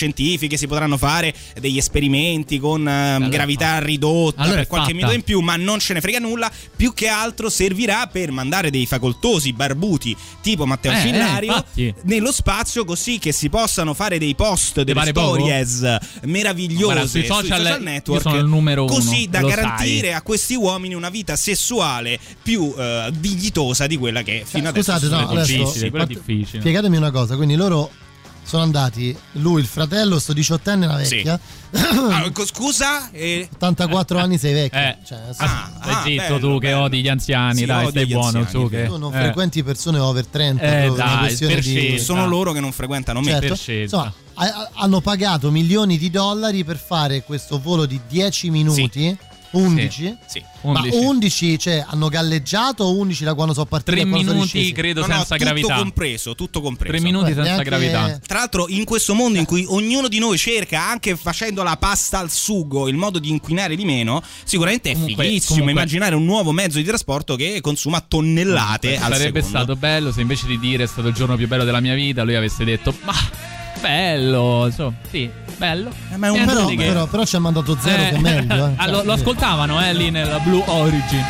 scientifiche, si potranno fare degli esperimenti con uh, allora, gravità ridotta allora per qualche minuto in più, ma non ce ne frega nulla. Più che altro servirà per mandare dei facoltosi barbuti tipo Matteo eh, Fillario eh, nello spazio, così che si possano fare dei post, delle stories poco? meravigliose Guarda, sui, social, sui social network, io sono il numero uno, così da garantire sai. a questi uomini una vita sessuale più uh, dignitosa di quella che fino Scusate, adesso no, è adesso, difficile, quello è difficile. Spiegatemi una cosa, quindi loro sono andati, lui, il fratello, sto diciottenne, una vecchia. Sì. Ah, scusa? Eh... ottantaquattro anni sei vecchio. Eh. Cioè, ah, stai ah, zitto bello, tu che bello. odi gli anziani, sì, dai, stai buono anziani, su che tu non eh. frequenti persone over trenta, eh, una dai, questione per di... scelta. Sono loro che non frequentano me. Certo. Per scelta. Insomma, a- hanno pagato milioni di dollari per fare questo volo di dieci minuti. Sì. undici? Sì. sì. undici. Ma undici, cioè, hanno galleggiato o undici da quando sono partiti? tre minuti, credo, no, senza no, gravità. Tutto compreso, tutto compreso. tre minuti Beh, senza neanche... gravità. Tra l'altro, in questo mondo in cui ognuno di noi cerca, anche facendo la pasta al sugo, il modo di inquinare di meno, sicuramente è comunque, fighissimo comunque, immaginare un nuovo mezzo di trasporto che consuma tonnellate al sarebbe secondo. stato bello se invece di dire è stato il giorno più bello della mia vita, lui avesse detto ma bello, insomma, sì, bello. Eh, ma è un però, che... però, però ci ha mandato zero, eh. che è meglio. Eh. Ah, lo, lo ascoltavano eh, lì nella Blue Origin.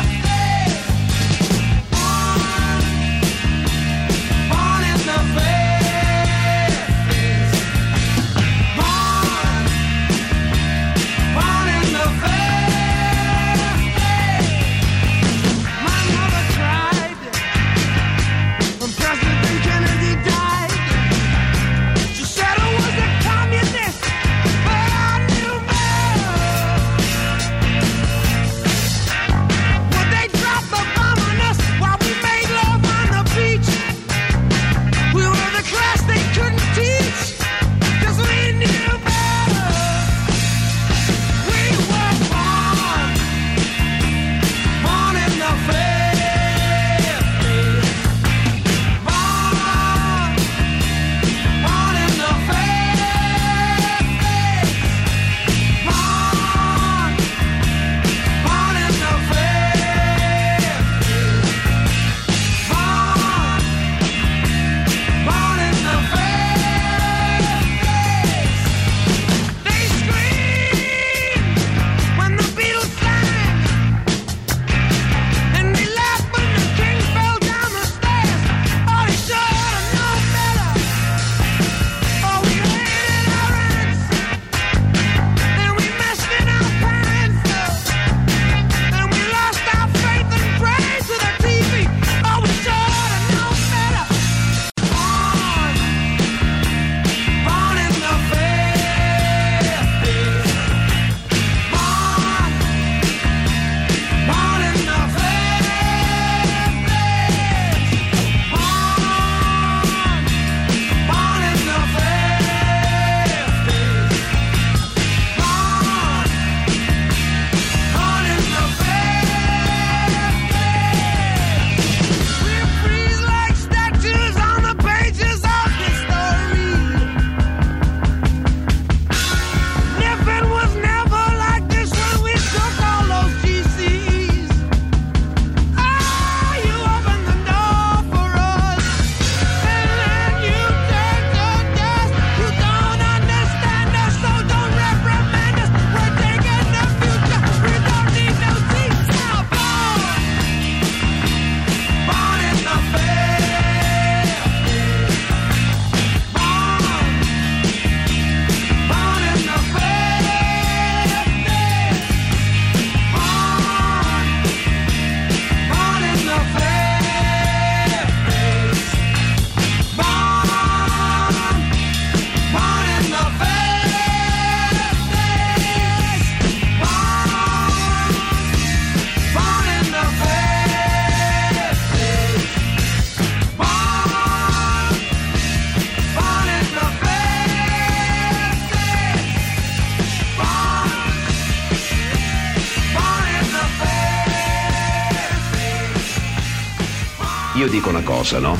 Io dico una cosa, no?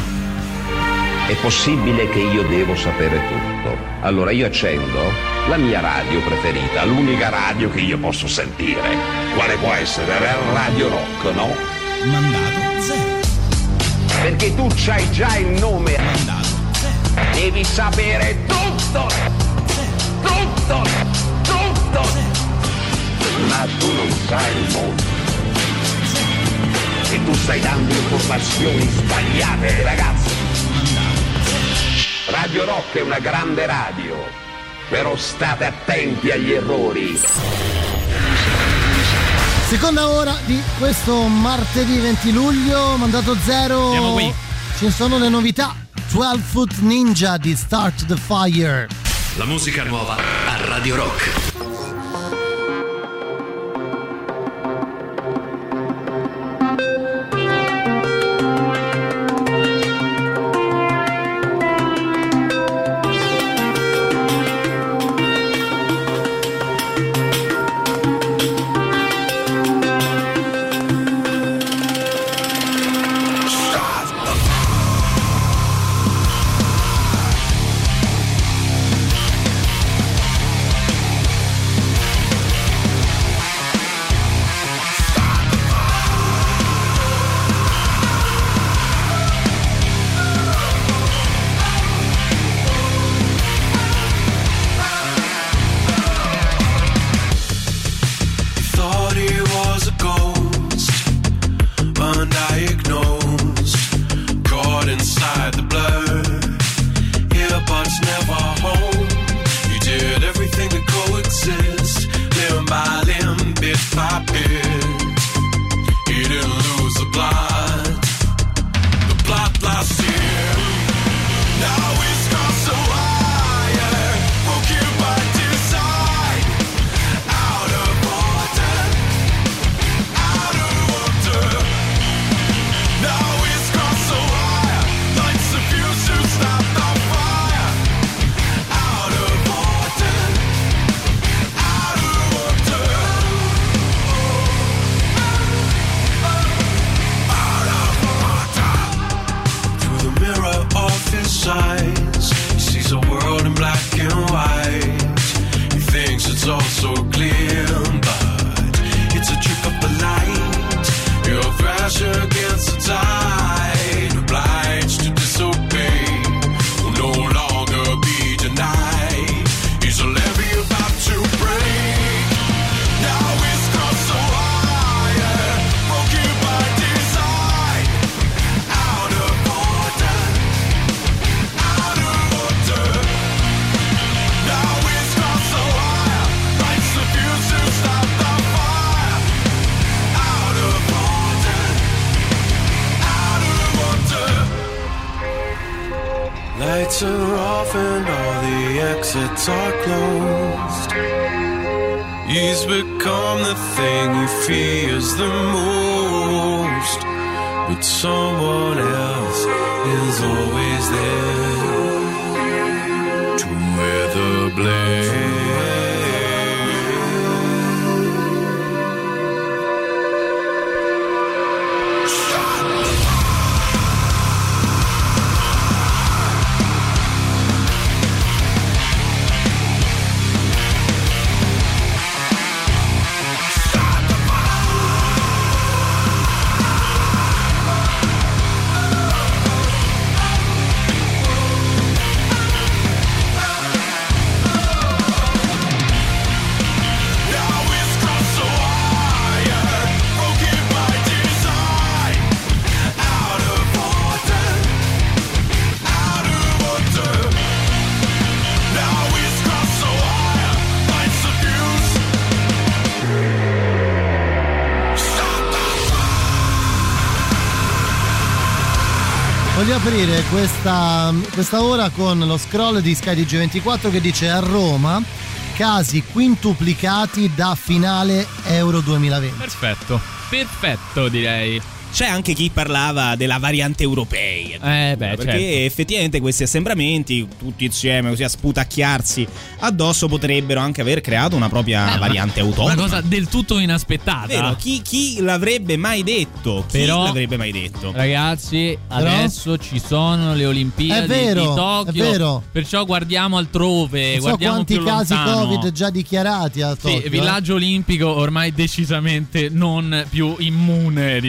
È possibile che io devo sapere tutto. Allora io accendo la mia radio preferita, l'unica radio che io posso sentire. Quale può essere? Radio Rock, no? Mandato zero. Perché tu c'hai già il nome. Mandato zero. Devi sapere tutto. tutto, tutto. Ma tu non sai il mondo. E tu stai dando informazioni sbagliate, ragazzi. Radio Rock è una grande radio, però state attenti agli errori. Seconda ora di questo martedì venti luglio, mandato zero. Siamo qui. Ci sono le novità. twelve Foot Ninja di Start the Fire. La musica nuova a Radio Rock. Lights are off and all the exits are closed. He's become the thing he fears the most, but someone else is always there to wear the blame. Voglio aprire questa, questa ora con lo scroll di Sky T G ventiquattro che dice: a Roma casi quintuplicati da finale Euro duemilaventi. Perfetto, perfetto direi. C'è anche chi parlava della variante europea. Eh beh, perché certo. effettivamente questi assembramenti tutti insieme così a sputacchiarsi addosso potrebbero anche aver creato una propria eh, variante autonoma. Una cosa del tutto inaspettata. Vero, chi, chi l'avrebbe mai detto? Chi Però, l'avrebbe mai detto? Ragazzi, Però, adesso ci sono le Olimpiadi è vero, di Tokyo. È vero. Perciò guardiamo altrove, non so guardiamo quanti più casi lontano. Covid già dichiarati a Tokyo. Sì, villaggio eh? olimpico ormai decisamente non più immune, diciamo,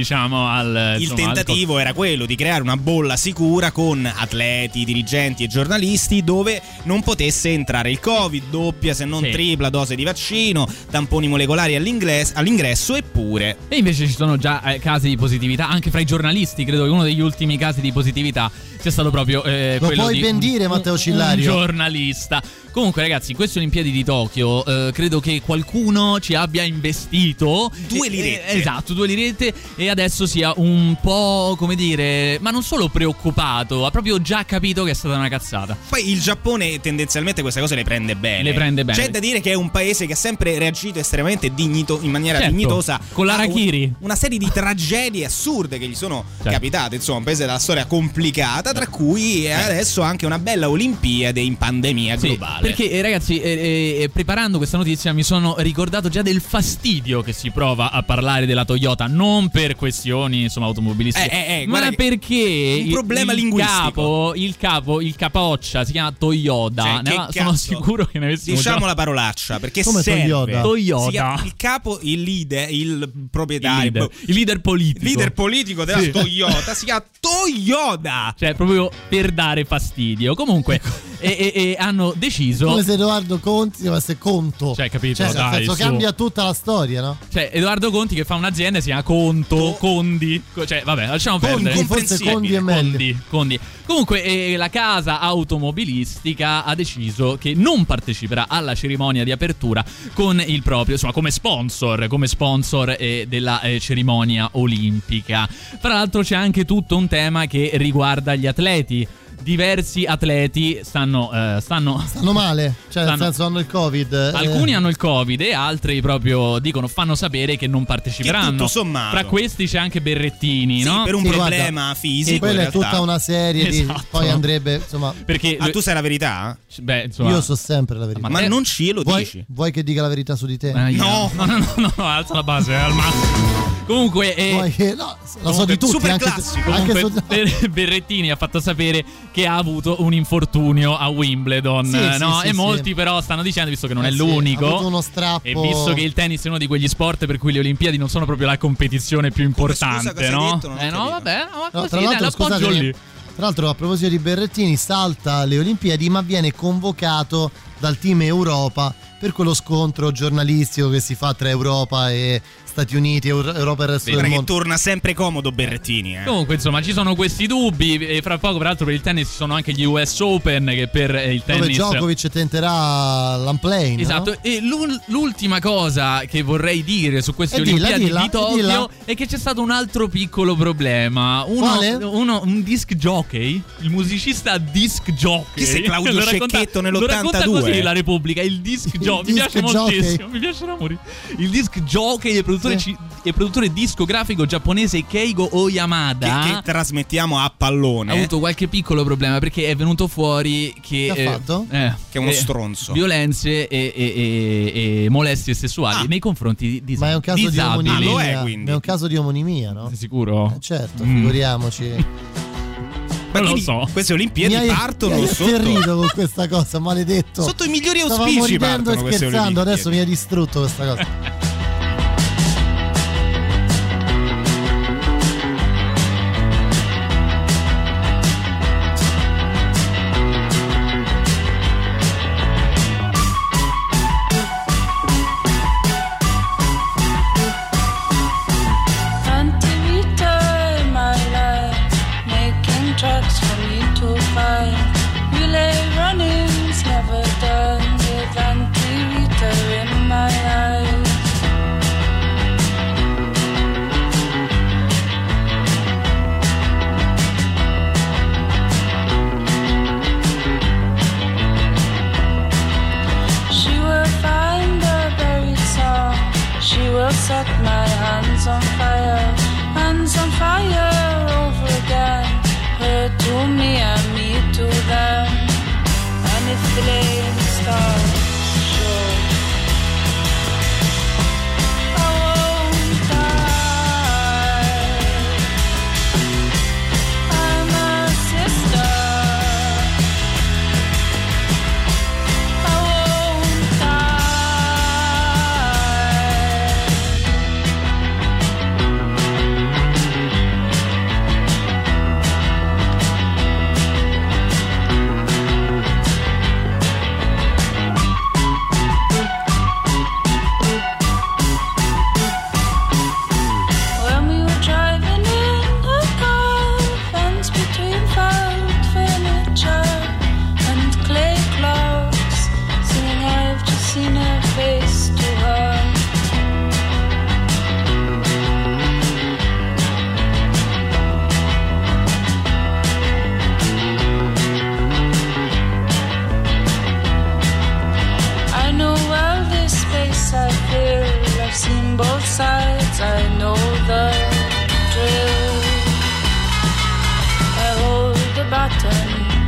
al il insomma, tentativo al... era quello di creare una bolla sicura con atleti, dirigenti e giornalisti dove non potesse entrare il Covid, doppia se non sì. tripla dose di vaccino, tamponi molecolari all'ingresso, all'ingresso eppure. E invece ci sono già eh, casi di positività anche fra i giornalisti. Credo che uno degli ultimi casi di positività sia stato proprio eh, Lo quello puoi di ben un, dire, Matteo un, Cillario. un giornalista. Comunque ragazzi, in queste Olimpiadi di Tokyo eh, credo che qualcuno ci abbia investito due eh, lirette. eh, esatto, due lirette, e adesso sia un po', come dire, ma non solo preoccupato, ha proprio già capito che è stata una cazzata. Poi il Giappone tendenzialmente queste cose le prende bene. Le prende bene. C'è da dire che è un paese che ha sempre reagito estremamente dignito, in maniera certo, dignitosa con l'Harakiri. Un, una serie di tragedie assurde che gli sono certo. capitate, insomma, un paese della storia complicata, tra cui eh. adesso anche una bella Olimpiade in pandemia sì, globale. Perché eh, ragazzi, eh, eh, preparando questa notizia mi sono ricordato già del fastidio che si prova a parlare della Toyota, non per questioni insomma automobilistiche, eh, eh, ma perché un problema il, il linguistico. Capo, il capo, il capoccia si chiama Toyota. Cioè, ne va, sono cazzo? sicuro che ne avessimo diciamo già... la parolaccia, perché come serve Toyota? Toyota. Si chiama il capo, il leader, il proprietario, il leader, il leader politico, il leader politico della sì. Toyota si chiama Toyota, cioè proprio per dare fastidio. Comunque e, e, e hanno deciso, come se Edoardo Conti si chiamasse Conto, cioè capito, cioè, dai, nel senso, su. cambia tutta la storia, no? Cioè Edoardo Conti che fa un'azienda si chiama Conto, To- Condi, cioè vabbè, lasciamo Condi, perdere. forse Condi è meglio. Condi, Condi. Comunque eh, la casa automobilistica ha deciso che non parteciperà alla cerimonia di apertura con il proprio, insomma, come sponsor, come sponsor eh, della eh, cerimonia olimpica. Fra l'altro c'è anche tutto un tema che riguarda gli atleti. Diversi atleti stanno eh, stanno stanno male, cioè stanno, nel senso hanno il Covid. Alcuni eh. hanno il Covid e altri proprio dicono, fanno sapere che non parteciperanno. Che tutto sommato. Fra questi c'è anche Berrettini, sì, no? per un Sì, problema guarda, fisico. Quella in è tutta realtà. una serie Esatto. di poi andrebbe, insomma, Perché Ah, tu sai la verità? beh, insomma, io so sempre la verità. Ma, te- non ci lo vuoi, dici? vuoi che dica la verità su di te? Eh, io- No. no, no, no, no, no, alza la base, eh, al massimo. Comunque, eh, Vuoi che, no, la so di tutti, super anche, classico. anche comunque su, Ber- Berrettini ha fatto sapere che ha avuto un infortunio a Wimbledon, Sì, sì, no? sì, e sì. molti però stanno dicendo, visto che non Eh è sì, l'unico, ha avuto uno strappo. e visto che il tennis è uno di quegli sport per cui le Olimpiadi non sono proprio la competizione più importante, scusa, cosa hai no? detto? Non ho eh no, capito. vabbè, no, ma No, così, tra dai, l'altro, l'appoggio scusate, lì. tra l'altro a proposito di Berrettini, salta alle Olimpiadi ma viene convocato dal team Europa per quello scontro giornalistico che si fa tra Europa e Stati Uniti, Euro- Europa e il resto Guarda del che mondo. torna sempre comodo Berrettini, eh. Comunque insomma ci sono questi dubbi, e fra poco peraltro per il tennis ci sono anche gli U S Open, che per eh, il Dove tennis Djokovic tenterà l'unplane, esatto, no? e l'ul- l'ultima cosa che vorrei dire su queste E dilla, Olimpiadi dilla, di Tokyo dilla. è che c'è stato un altro piccolo problema. Uno, Quale? uno un disc jockey, il musicista disc jockey. Chi sei, Claudio Lo racconta- Cecchetto Lo racconta nell'ottantadue? così la Repubblica, il disc Il jockey. Mi disc piace jockey. moltissimo, mi piace da morire. Il disc jockey e produttore, Sì. ci- e produttore discografico giapponese Keigo Oyamada. Che, che trasmettiamo a pallone. Ha avuto qualche piccolo problema perché è venuto fuori che Che ha fatto? eh, Che è uno eh, stronzo. violenze e, e- e- e molestie sessuali Ah. nei confronti di dis- Ma è un caso di disabili. Ah, lo omonimia. è, quindi. È un caso di omonimia, no? Sei sicuro? Eh, certo, Mm. figuriamoci. Ma Non lo quindi so. queste Olimpiadi Mi hai, partono mi hai sotto, atterrito con questa cosa, maledetto. sotto i migliori Stavamo auspici ridendo partono e queste scherzando, Olimpiadi. adesso mi hai distrutto questa cosa. Antivita in my life, making tracks for me to find. Relay running's never done with antivita in my life. She will find the buried song. She will set my hands on fire, hands on fire over again. Her to me and me to them. And if the lane starts, sure, I won't die. I'm a sister. I won't die. Seinfeld furniture and clay clocks, singing I've just seen her face to her. I know well this space I feel, I've seen both sides, I know the drill. I hold the button,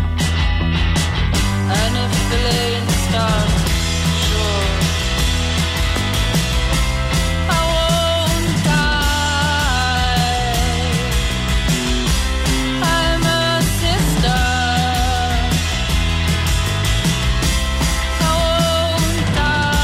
and if the lane starts, sure, I won't die. I'm a sister, I won't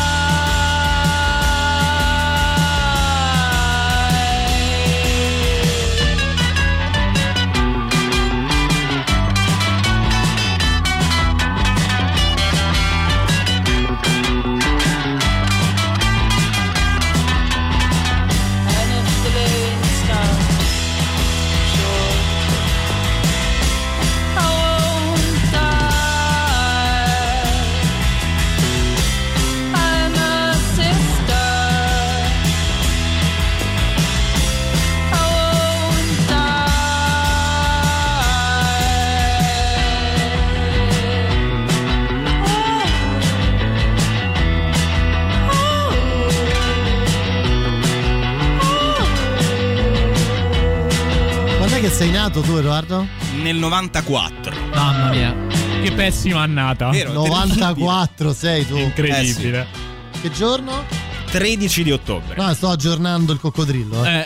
Che sei nato tu, Edoardo? Nel novantaquattro. Mamma mia, che pessima annata. Vero, novantaquattro sei tu. Incredibile. Eh sì. Che giorno? tredici di ottobre. No, sto aggiornando il coccodrillo. Eh.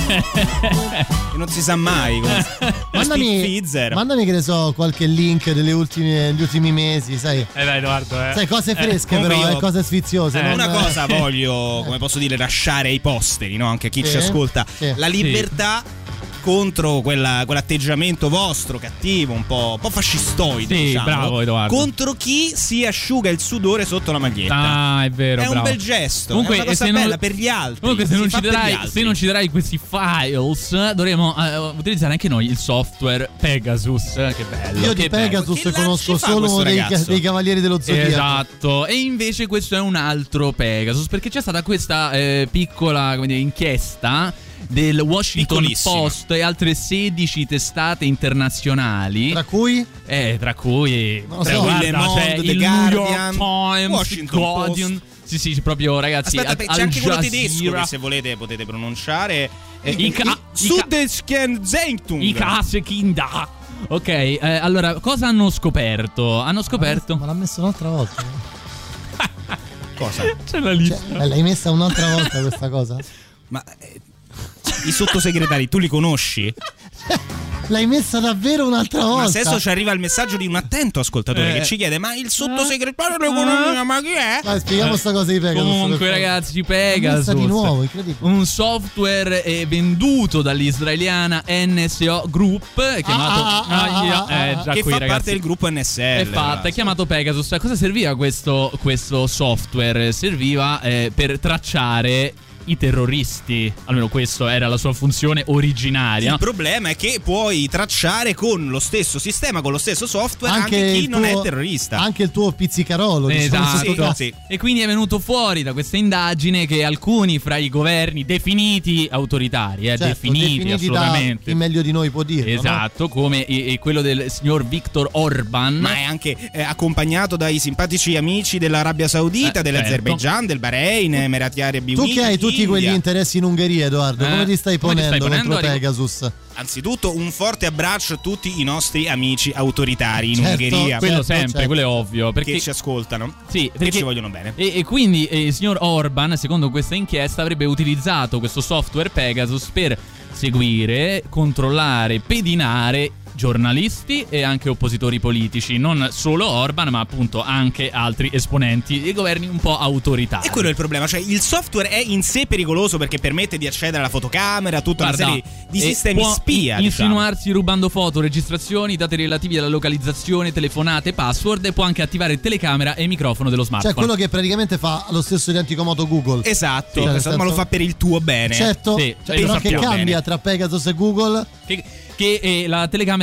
Eh. Non si sa mai. Come... mandami, mandami che ne so, qualche link delle ultime, degli ultimi mesi, sai. Eh dai, Edoardo, eh. Sai, cose fresche, eh, però, io... eh, cose sfiziose. Eh, non... Una cosa voglio, come posso dire, lasciare ai posteri, no? Anche a chi sì, ci ascolta. Sì. La libertà. Sì. Contro quella, quell'atteggiamento vostro cattivo, un po', un po' fascistoide, sì, diciamo, bravo Edoardo. Contro chi si asciuga il sudore sotto la maglietta. Ah, è vero, è bravo. un bel gesto. Comunque, è una cosa se bella non, per gli altri. Comunque se non, si ci darai, se non ci darai questi files, dovremo uh, utilizzare anche noi il software Pegasus. Che bello. Io che di Pegasus bello. conosco solo uno dei, dei Cavalieri dello Zodiaco. Esatto. E invece questo è un altro Pegasus, perché c'è stata questa eh, piccola, come dire, inchiesta del Washington Post e altre sedici testate internazionali, tra cui eh tra cui non tra so, guarda, Le Monde, c'è The il Guardian, New York Times, Washington Guardian. Post. Sì, sì, proprio ragazzi. Aspetta, Al, c'è anche quello Jazeera. tedesco che se volete potete pronunciare. Eh, I ca- Süddeutsche Zeitung. I case Kinder. Ok, eh, allora cosa hanno scoperto? Hanno scoperto. Ma l'ha messo un'altra volta. Cosa? C'è la lista. Cioè, l'hai messa un'altra volta questa cosa? Ma eh, i sottosegretari tu li conosci? L'hai messa davvero un'altra volta? Ma se adesso ci arriva il messaggio di un attento ascoltatore eh. che ci chiede: ma il sottosegretario dell'economia, ma chi è? Dai, spieghiamo sta cosa di Pegasus. Comunque ragazzi, Pegasus di nuovo, incredibile. Un software è venduto dall'israeliana N S O Group, è chiamato ah, ah, ah, ah, ah, eh, già che qui, fa ragazzi. parte del gruppo N S L. È fatta, è chiamato Pegasus. A cosa serviva questo, questo software? Serviva eh, per tracciare i terroristi, almeno questa era la sua funzione originaria. Il problema è che puoi tracciare con lo stesso sistema, con lo stesso software anche, anche chi non tuo, è terrorista. Anche il tuo pizzicarolo, esatto. diciamo, sì, sì. E quindi è venuto fuori da questa indagine che alcuni fra i governi definiti autoritari, eh, certo, definiti, definiti assolutamente, da chi meglio di noi può dire, esatto, no? come e, e quello del signor Viktor Orban, ma è anche eh, accompagnato dai simpatici amici dell'Arabia Saudita, eh, dell'Azerbaijan, certo. del Bahrain, Emirati Arabi Uniti. Tu che hai tutti India. quegli interessi in Ungheria, Edoardo, eh, come ti stai come ponendo, ti stai ponendo contro Arrivo. Pegasus? Anzitutto un forte abbraccio a tutti i nostri amici autoritari in certo, Ungheria. Quello certo, sempre, certo. quello è ovvio, perché che ci ascoltano, sì, che perché ci vogliono bene. E, e quindi eh, il signor Orban, secondo questa inchiesta, avrebbe utilizzato questo software Pegasus per seguire, controllare, pedinare giornalisti e anche oppositori politici, non solo Orban ma appunto anche altri esponenti dei governi un po' autoritari. E quello è il problema, cioè il software è in sé pericoloso perché permette di accedere alla fotocamera, tutta Guarda, una serie di eh, sistemi può spia, insinuarsi diciamo. rubando foto, registrazioni, dati relativi alla localizzazione, telefonate, password, e può anche attivare telecamera e microfono dello smartphone. Cioè quello che praticamente fa lo stesso identico modo Google. Esatto, Cioè, esatto, ma lo fa per il tuo bene. Certo, sì, cioè, e lo però che sappiamo cambia bene. tra Pegasus e Google? Che, che eh, la telecamera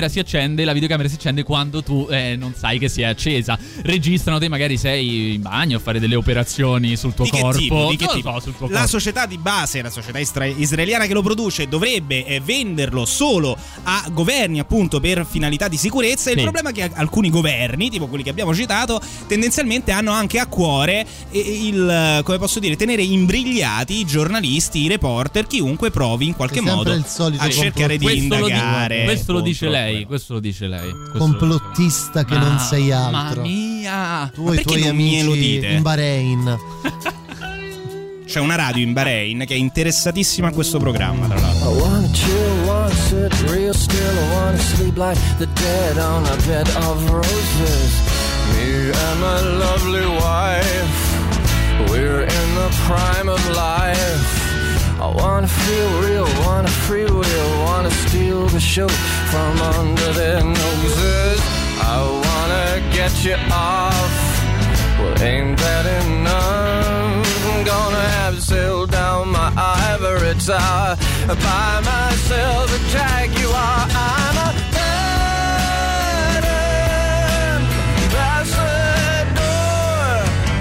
videocamera si accende, la videocamera si accende quando tu eh, non sai che si è accesa. Registrano te, magari sei in bagno a fare delle operazioni sul tuo Di che corpo. tipo? Di che Non lo tipo? so, sul tuo La corpo. società di base, la società istra- israeliana che lo produce, dovrebbe eh, venderlo solo a governi, appunto, per finalità di sicurezza. Il Sì. problema è che alcuni governi, tipo quelli che abbiamo citato, tendenzialmente hanno anche a cuore eh, il, come posso dire, tenere imbrigliati i giornalisti, i reporter, chiunque provi in qualche È sempre modo il solito a cercare di Questo lo, indagare. di- questo lo dice contro- lei, questo lo dice lei. Questo Complottista che non sei altro. Mamma mia! Tu Ma e i perché tuoi non me lo amici dite? in Bahrain. C'è una radio in Bahrain che è interessatissima a questo programma, tra l'altro. I wanna chill, wanna sit real still, I wanna sleep like the dead on a bed of roses. Me and my lovely wife, we're in the prime of life. I wanna feel real, wanna freewheel, wanna steal the show from under their noses. I wanna get you off. Well, ain't that enough? I'm gonna have to sail down my ivory tower, buy myself a Jaguar. I'm a bad ambassador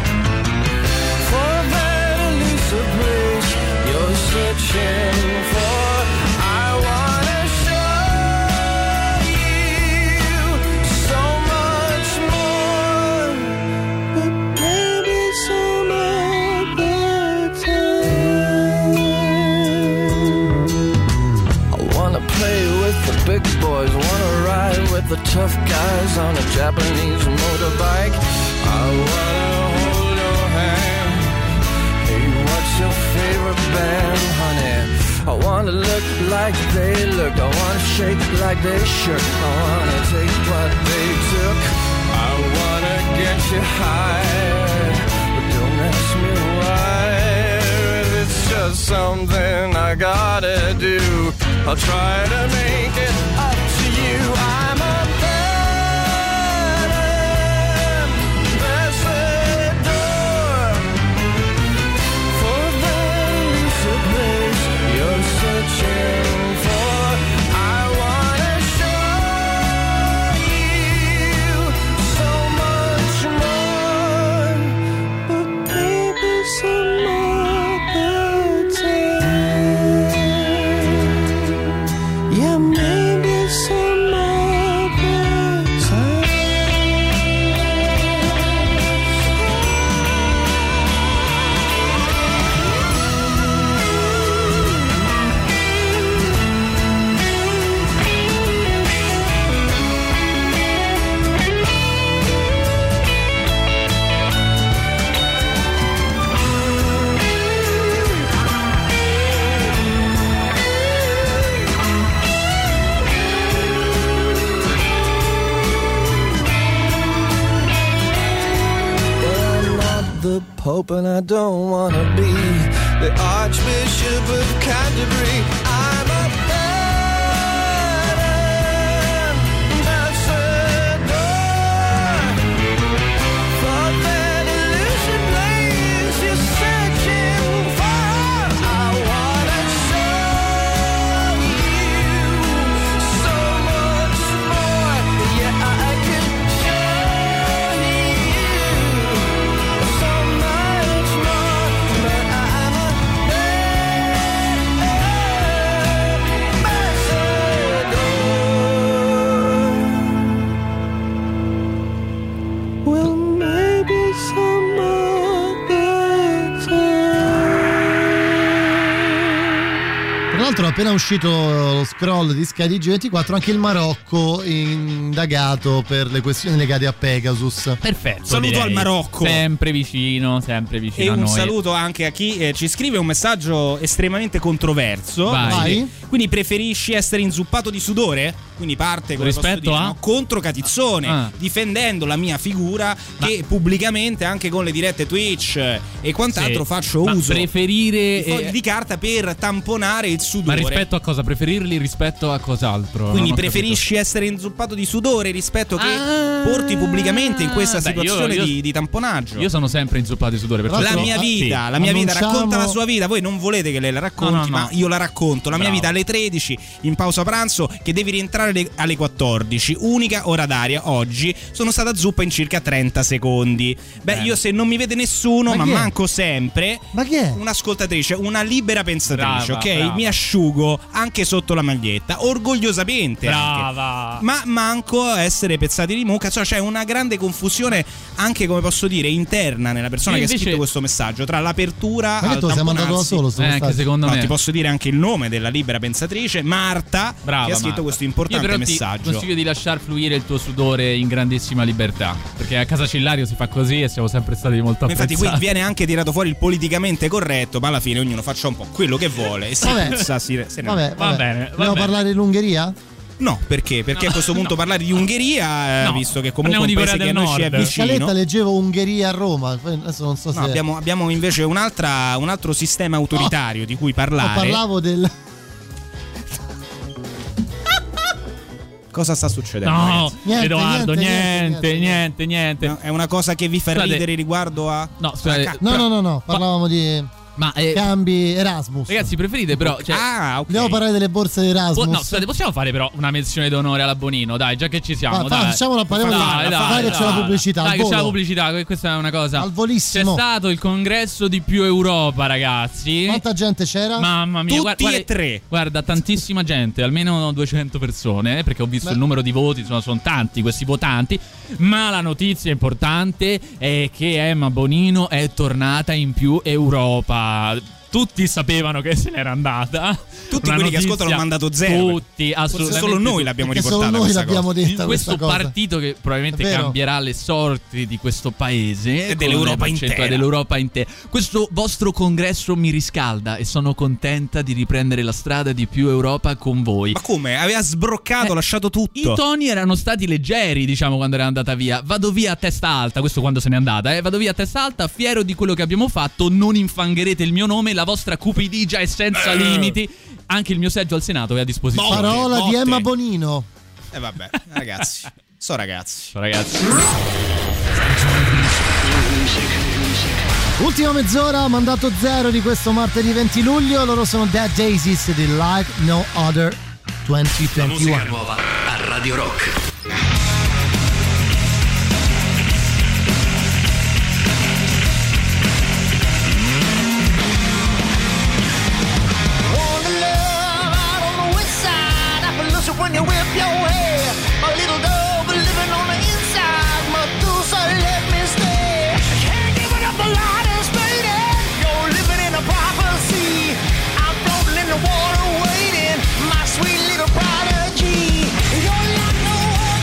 For that elusive place you're searching for. I wanna show you so much more, But maybe some other time. I wanna play with the big boys, wanna ride with the tough guys on a Japanese motorbike. I wanna hold your hand. Hey, what's your favorite band, honey? I wanna look like they look, I wanna shake like they shook, I wanna take what they took. I wanna get you high, But don't ask me why. it's just something I gotta do. I'll try to make it up to you. I'm a bad ambassador For that elusive place you're searching for. I wanna show you so much more. But maybe some other time. Yeah, maybe some other time. I'm not the Pope and I don't wanna be The Archbishop of Canterbury. I'm a bad ambassador for that elusive place you're searching for. I wanna show you so much more. Yeah, I can show you so much more. But I'm a Well, maybe some other time. Tra l'altro è appena uscito lo scroll di Sky di G ventiquattro, anche il Marocco indagato per le questioni legate a Pegasus. Perfetto. Saluto direi. al Marocco. Sempre vicino, sempre vicino E a un noi. saluto anche a chi eh, ci scrive un messaggio estremamente controverso. Vai. Vai. Quindi preferisci essere inzuppato di sudore? Quindi parte come Rispetto posso dire, a? no? contro Catizzone, Ah. difendendo la mia figura che pubblicamente anche con le dirette Twitch e quant'altro Sì. faccio Ma uso preferire di fogli eh, di carta per tamponare il ma sudore. rispetto a cosa? Preferirli rispetto a cos'altro? Quindi Non ho preferisci essere inzuppato di sudore rispetto che porti pubblicamente in questa Beh, situazione io- io- di, di tamponaggio? Io sono sempre inzuppato di sudore. perciò- La mia vita, Sì. la mia vita Annunciamo- racconta la sua vita. Voi non volete che lei la racconti, No, no, no. ma io la racconto. La mia Bravo. vita alle tredici in pausa pranzo, che devi rientrare alle- alle quattordici. Unica ora d'aria oggi. Sono stata zuppa in circa trenta secondi. Beh, Bene. io se non mi vede nessuno, Ma ma, chi è? manco sempre. Ma che è? Un'ascoltatrice, una libera pensatrice, Brava, ok? brava. Mi asciugo anche sotto la maglietta, orgogliosamente. anche. Brava. Ma manco a essere pezzati di mucca. Cioè, c'è una grande confusione anche, come posso dire, interna nella persona Io che ha invece- scritto questo messaggio, tra l'apertura Ma che al tu sei mandato da tamponarsi. solo sto Eh, anche messaggio? secondo No, me. ti posso dire anche il nome della libera pensatrice, Marta, Brava, che ha scritto Marta. questo Io importante però ti messaggio. consiglio di lasciar fluire il tuo sudore in grandissima libertà, perché a casa Cillario si fa così e siamo sempre stati molto Ma apprezzati. infatti qui viene anche tirato fuori il politicamente corretto, ma alla fine ognuno faccia un po' quello che vuole e si Vabbè. puzza, si, se ne Vabbè, Va vabbè. bene, va Dobbiamo bene. parlare dell'Ungheria? No, perché? Perché a questo punto parlare di Ungheria, eh, No, visto che comunque parliamo è di un paese Corea che a del noi ci è Nord. In scaletta vicino. leggevo Ungheria a Roma. Poi adesso non so se. No, abbiamo, abbiamo invece un'altra, un altro sistema autoritario di cui No, parlare. parlavo del. Cosa sta succedendo? No, ragazzi? Niente, Edoardo, niente, niente, niente, niente, niente. No, è una cosa che vi fa Scusate. ridere riguardo a. No, scusate, Ah, No, no, no, no. Parlavamo di ma eh, cambi Erasmus. ragazzi, preferite però, cioè, Ah, ok. Dobbiamo parlare delle borse di Erasmus. po- no, scusate, possiamo fare però una menzione d'onore alla Bonino, dai, già che ci siamo, Va, fa- dai. facciamola, parliamo di- Dai, dai, dai che c'è la dai. pubblicità, al Dai, che c'è la volo. pubblicità, que- questa è una cosa. Al volissimo. C'è stato il congresso di Più Europa, ragazzi. Quanta gente c'era? Mamma mia, Tutti guarda, guarda- e tre. Guarda, tantissima gente, almeno duecento persone, eh, perché ho visto Beh. il numero di voti, insomma, sono tanti questi votanti. Ma la notizia importante è che Emma Bonino è tornata in Più Europa. Tutti sapevano che se n'era andata. Tutti Una quelli che notizia- ascoltano il mandato zero. Tutti, Forse assolutamente. solo noi tutti. l'abbiamo Perché riportata. solo noi questa l'abbiamo cosa. detta Questo questa cosa. partito che probabilmente È vero. cambierà le sorti di questo paese E dell'Europa con le percentuali intera. dell'Europa intera. Questo vostro congresso mi riscalda e sono contenta di riprendere la strada di Più Europa con voi. Ma come? Aveva sbroccato, Eh, lasciato tutto. I toni erano stati leggeri, diciamo, quando era andata via. Vado via a testa alta, questo quando se n'è andata, eh. Vado via a testa alta, fiero di quello che abbiamo fatto. Non infangherete il mio nome, la vostra cupidigia è senza Eh. limiti. Anche il mio seggio al Senato è a disposizione. Botte, Parola di botte. Emma Bonino. E vabbè, ragazzi. So ragazzi. Ragazzi. Ultima mezz'ora, mandato zero di questo martedì venti luglio. Loro sono Dead Daisies di Like No Other La musica duemilaventuno. nuova a Radio Rock. When you whip your hair, a little dove living on the inside. Medusa, let me stay. Can't give it up, the light is fading. You're living in a prophecy. I'm floating in the water, waiting. My sweet little prodigy. You're like no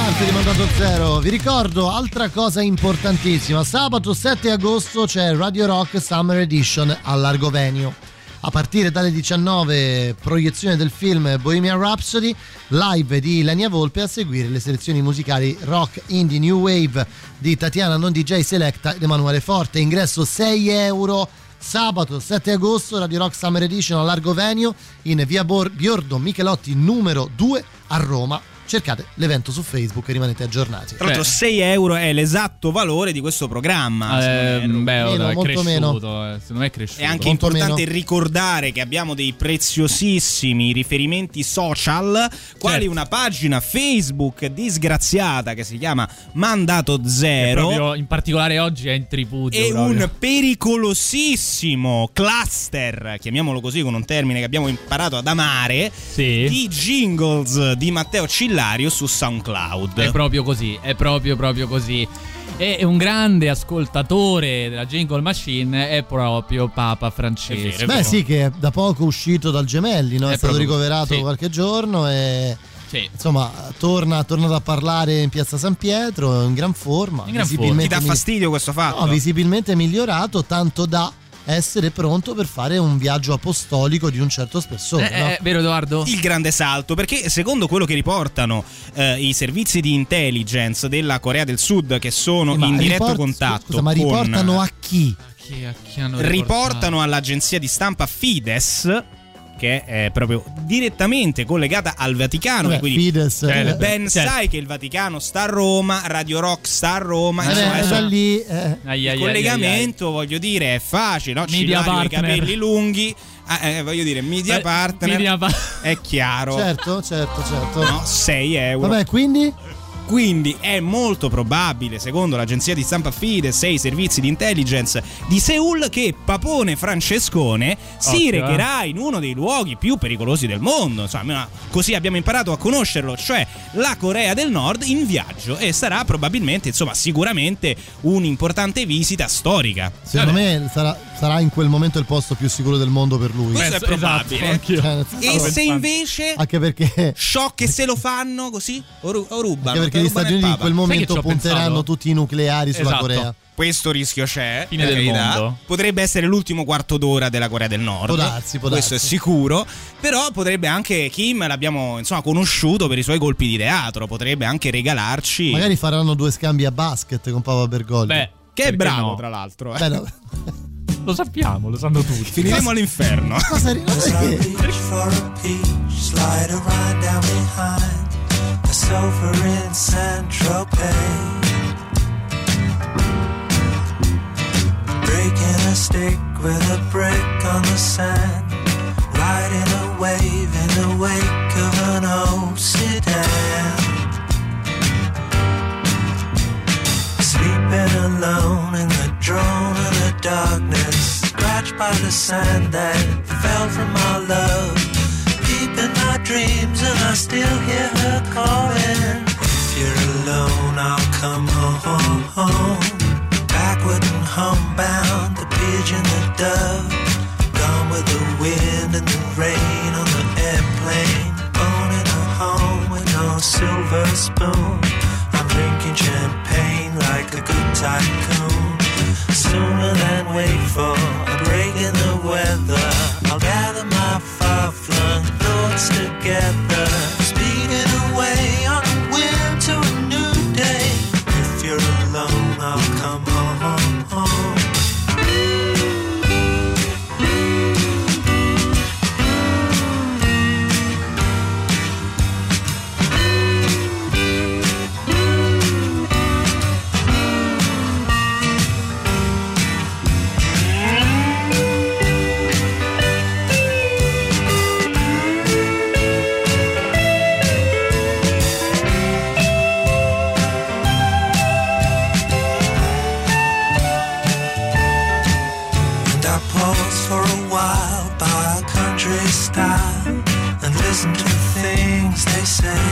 parte di Mandato Zero. Vi ricordo altra cosa importantissima: sabato sette agosto c'è Radio Rock Summer Edition al Largo Venio. A partire dalle diciannove, proiezione del film Bohemian Rhapsody, live di Lenia Volpe, a seguire le selezioni musicali rock, indie, new wave di Tatiana Non D J Selecta ed Emanuele Forte. Ingresso sei euro. Sabato sette agosto, Radio Rock Summer Edition al Largo Venio in via Bor- Biordo Michelotti numero due a Roma. Cercate l'evento su Facebook e rimanete aggiornati. Tra l'altro sei euro è l'esatto valore di questo programma. Eh, beh, meno, è molto cresciuto, meno. eh, secondo me è cresciuto. È anche Molto importante meno. ricordare che abbiamo dei preziosissimi riferimenti social, quali Certo. una pagina Facebook disgraziata che si chiama Mandato Che Zero proprio, in particolare oggi è in tripudio. e proprio. un pericolosissimo cluster, chiamiamolo così con un termine che abbiamo imparato ad amare, Sì. di jingles di Matteo Cillario su SoundCloud. È proprio così, è proprio proprio così. E un grande ascoltatore della Jingle Machine è proprio Papa Francesco. Beh sì, che è da poco uscito dal Gemelli, no? È, È stato proprio- ricoverato sì. qualche giorno e Sì. insomma torna, torna a parlare in piazza San Pietro in gran forma. In gran visibilmente Ti dà mi- fastidio questo fatto? No, visibilmente migliorato, tanto da essere pronto per fare un viaggio apostolico di un certo spessore. Eh, no? eh, vero Edoardo? Il grande salto, perché secondo quello che riportano eh, i servizi di intelligence della Corea del Sud, che sono Ma in diretto riport- contatto scusa, ma con- riportano a chi? Chi, a chi hanno riportano all'agenzia di stampa Fides, che è proprio direttamente collegata al Vaticano. Beh, e quindi Fides, cioè, eh, ben certo. sai che il Vaticano sta a Roma, Radio Rock sta a Roma, Eh, insomma, beh, adesso da lì eh. Ai, il ai, ai, collegamento, voglio dire, è facile, no? Media Cillario, i partner. capelli lunghi, ah, eh, voglio dire, media Eh, partner, media pa- è chiaro. Certo, certo, certo. No, sei euro. Vabbè, quindi Quindi è molto probabile, secondo l'agenzia di stampa Fides e i servizi di intelligence di Seoul, che Papone Francescone si Occhio, eh. recherà in uno dei luoghi più pericolosi del mondo. Insomma, così abbiamo imparato a conoscerlo, cioè la Corea del Nord in viaggio, e sarà probabilmente, insomma, sicuramente un'importante visita storica. secondo me sarà, sarà in quel momento il posto più sicuro del mondo per lui. Questo è Esatto, probabile. anch'io. Cioè, nel senso- E se invece anche perché shock che se lo fanno così o, ru- o rubano, anche perché te gli rubano Stati il Uniti in Papa. quel Sai che momento ci ho punteranno pensato? tutti i nucleari sulla Esatto. Corea. Questo rischio c'è, Fine per del carità. mondo. Potrebbe essere l'ultimo quarto d'ora della Corea del Nord. Può darsi, può Questo darsi. è sicuro. Però potrebbe anche Kim, l'abbiamo insomma conosciuto per i suoi colpi di teatro. Potrebbe anche regalarci. Magari faranno due scambi a basket con Papa Bergoglio. Beh, che è perché bravo, no? tra l'altro. eh. Beh, no. Lo sappiamo, lo sanno tutti. Finiremo all'inferno. Cosa ri- non è che- Reach for a peach, slide a ride down behind a sofa in Saint-Tropez. Breaking a stick with a brick on the sand, riding a wave in the wake of an old sedan. Sleeping alone in the drone of the darkness, scratched by the sand that fell from our love. Deep in my dreams and I still hear her calling. If you're alone, I'll come home, home. Backward and homebound, the pigeon, the dove, gone with the wind and the rain on the airplane. Owning a home with no silver spoon. I'm drinking champagne like a good tycoon. Sooner than wait for a break in the weather, I'll gather my far-flung thoughts together, speeding away on a wind to a new day. If you're alone, I'll come home, home. And I pause for a while by a country style and listen to the things they say.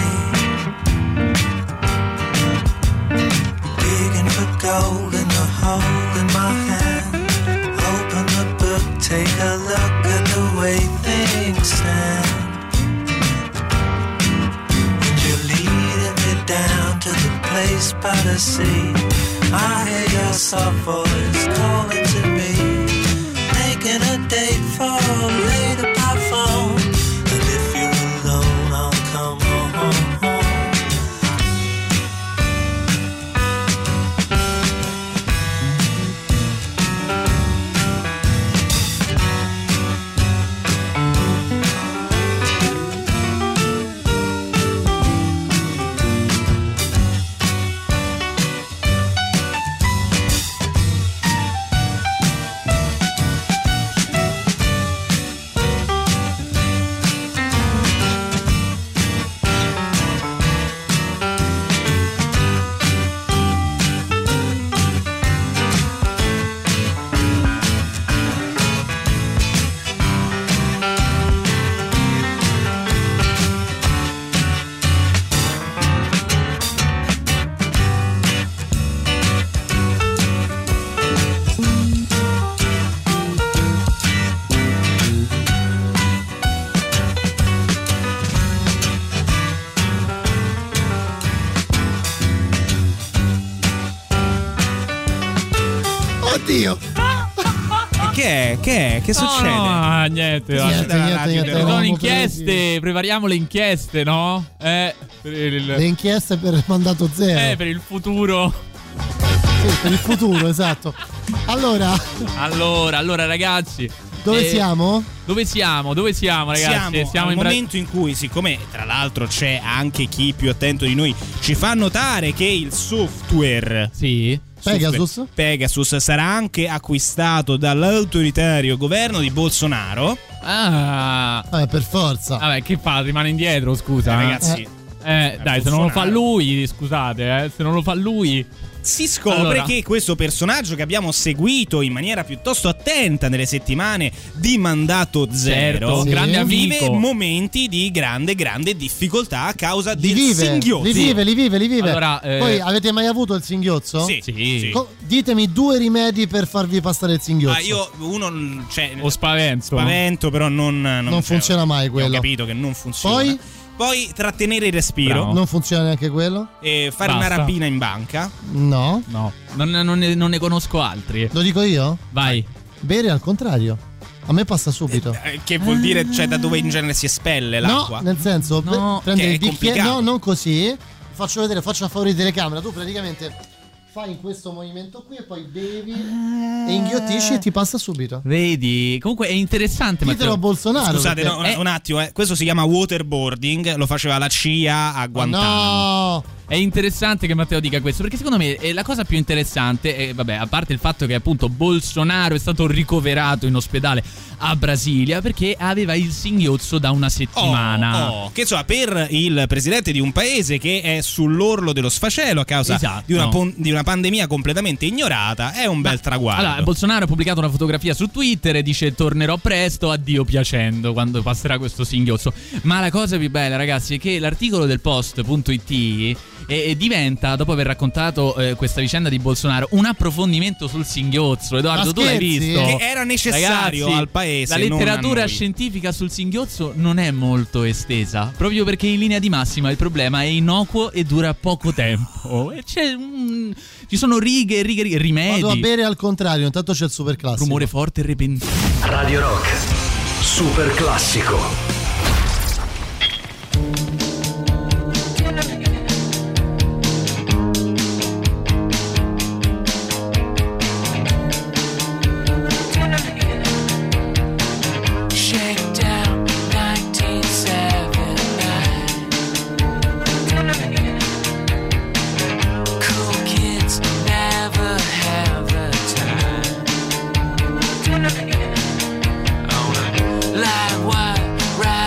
Digging for gold in the hole in my hand. Open the book, take a look at the way things stand. And you're leading me down to place by the sea. I hear your soft voice calling to me, making a date for later by phone. And if you're alone, I'll come home, home. Oddio. Che è? Che è? Che succede? No, no, niente, no. Niente, niente, niente, Ci sono eravamo inchieste, presi. prepariamo le inchieste, no? Eh, per il, Le inchieste per il mandato zero. eh, per il futuro. Sì, per il futuro, esatto. Allora, Allora, allora ragazzi, dove eh, siamo? Dove siamo? Dove siamo, ragazzi? Siamo, al in Bra- momento in cui, siccome tra l'altro c'è anche chi più attento di noi ci fa notare che il software Sì. Pegasus? Pegasus sarà anche acquistato dall'autoritario governo di Bolsonaro. Ah, Eh, per forza. vabbè, che fa? Rimane indietro, scusa. Eh, ragazzi, Eh, dai, se non lo fa Bolsonaro. lui, scusate, eh, se non lo fa lui. si scopre Allora. che questo personaggio che abbiamo seguito in maniera piuttosto attenta nelle settimane di mandato zero, Certo, un grande vive amico. momenti di grande grande difficoltà a causa Li del vive, singhiozzo. li vive, li vive, li vive. Allora, eh, Poi avete mai avuto il singhiozzo? Sì, sì. Co- ditemi due rimedi per farvi passare il singhiozzo. Ah, io uno, cioè, O spavento. spavento, però non, non, Non funziona mai quello. Ho capito che non funziona. Poi? Poi trattenere il respiro, Bravo. Non funziona neanche quello? e fare Basta. una rapina in banca. No. No, non, non ne, non ne conosco altri. Lo dico io? Vai. Bere al contrario. A me passa subito. Eh, Che vuol dire, cioè, da dove in genere si espelle l'acqua? No, nel senso, No, pre- prende che è il bicchiere. complicato. No, non così. Faccio vedere, faccio a favore di telecamera. Tu praticamente fai in questo movimento qui e poi bevi e inghiottisci e ti passa subito. Vedi, comunque è interessante. Ditelo a Matteo. Bolsonaro. Scusate, perché- no, un, Eh. un attimo, eh. Questo si chiama waterboarding, lo faceva la C I A a Guantanamo. No. È interessante che Matteo dica questo, perché secondo me eh, la cosa più interessante è, vabbè, a parte il fatto che appunto Bolsonaro è stato ricoverato in ospedale a Brasilia perché aveva il singhiozzo da una settimana. Oh, oh, che insomma, per il presidente di un paese che è sull'orlo dello sfacelo a causa Esatto. di, una pon- di una pandemia completamente ignorata, è un bel traguardo. Allora, Bolsonaro ha pubblicato una fotografia su Twitter e dice tornerò presto, addio piacendo, quando passerà questo singhiozzo. Ma la cosa più bella, ragazzi, è che l'articolo del post punto it e diventa, dopo aver raccontato eh, questa vicenda di Bolsonaro, un approfondimento sul singhiozzo. Edoardo, Ma tu l'hai scherzi? visto? Che era necessario Ragazzi, al paese, la non a letteratura noi. scientifica sul singhiozzo non è molto estesa, proprio perché in linea di massima il problema è innocuo e dura poco tempo. E c'è un- ci sono righe e righe, righe, rimedi. Vado a bere al contrario, intanto c'è il super classico. Rumore forte e repentino. Radio Rock, super classico. Shakedown nineteen seventy-nine. Cool kids never have the time. On a live wire ride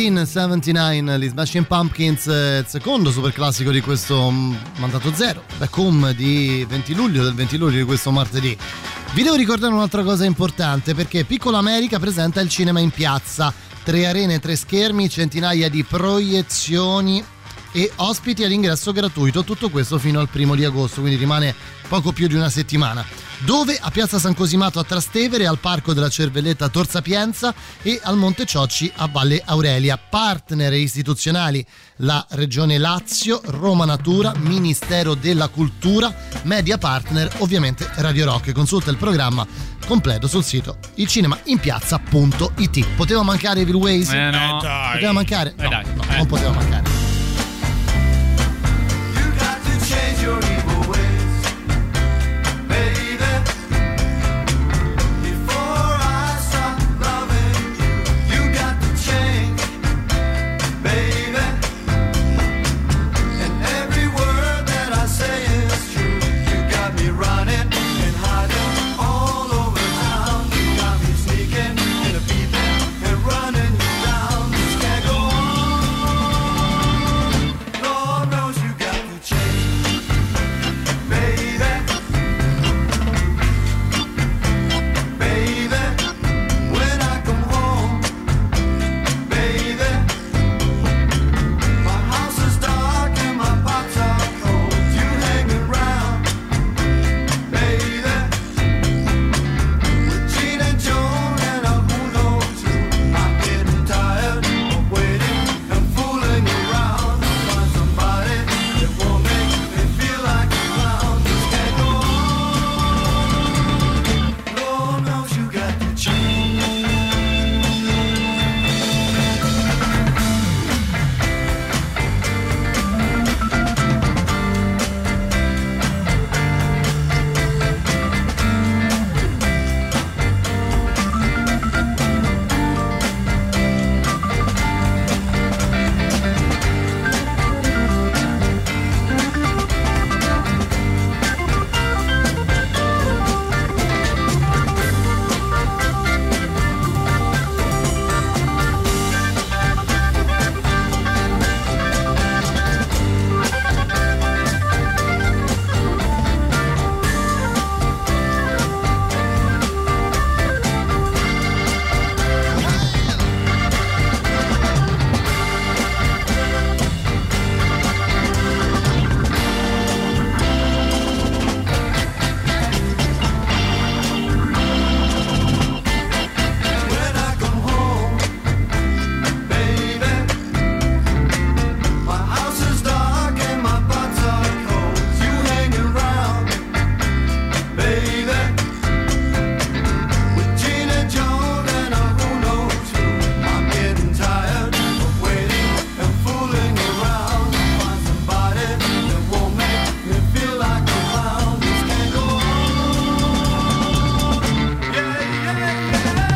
millenovecentosettantanove, gli Smashing Pumpkins, il secondo super classico di questo mandato zero, Back Home di venti luglio, del venti luglio di questo martedì. Vi devo ricordare un'altra cosa importante, perché Piccola America presenta il cinema in piazza, tre arene, tre schermi, centinaia di proiezioni e ospiti all'ingresso gratuito, tutto questo fino al primo di agosto, quindi rimane poco più di una settimana. Dove? A Piazza San Cosimato a Trastevere, al Parco della Cervelletta a Tor Sapienza e al Monte Ciocci a Valle Aurelia. Partner istituzionali: la Regione Lazio, Roma Natura, Ministero della Cultura, media partner ovviamente Radio Rock. Consulta il programma completo sul sito ilcinemainpiazza punto it. Poteva mancare Evil Ways? Eh no. Poteva mancare? No, eh dai. no eh. non poteva mancare. Change your evil ways, baby. Before I stop loving you, you got to change, baby. And every word that I say is true. You got me running and hiding all over town. You got me sneaking in a peeping and running you down. This can't go on. Lord knows you got to change, baby, baby. When I come home, baby, my house is dark and my pots are cold. You hanging around, baby, with Gene and Joan and a who knows who. I'm getting tired of waiting and fooling around. I'll find somebody that won't make me feel like a clown. This can't go on. Lord knows you got to change. When I come home, baby, my house is dark and my pots are cold. You hanging around, baby, with Gene and Joan and a who knows who. I'm getting tired of waiting and fooling around. Find somebody that won't make me feel like a clown. This can't go on. Yeah, yeah, yeah.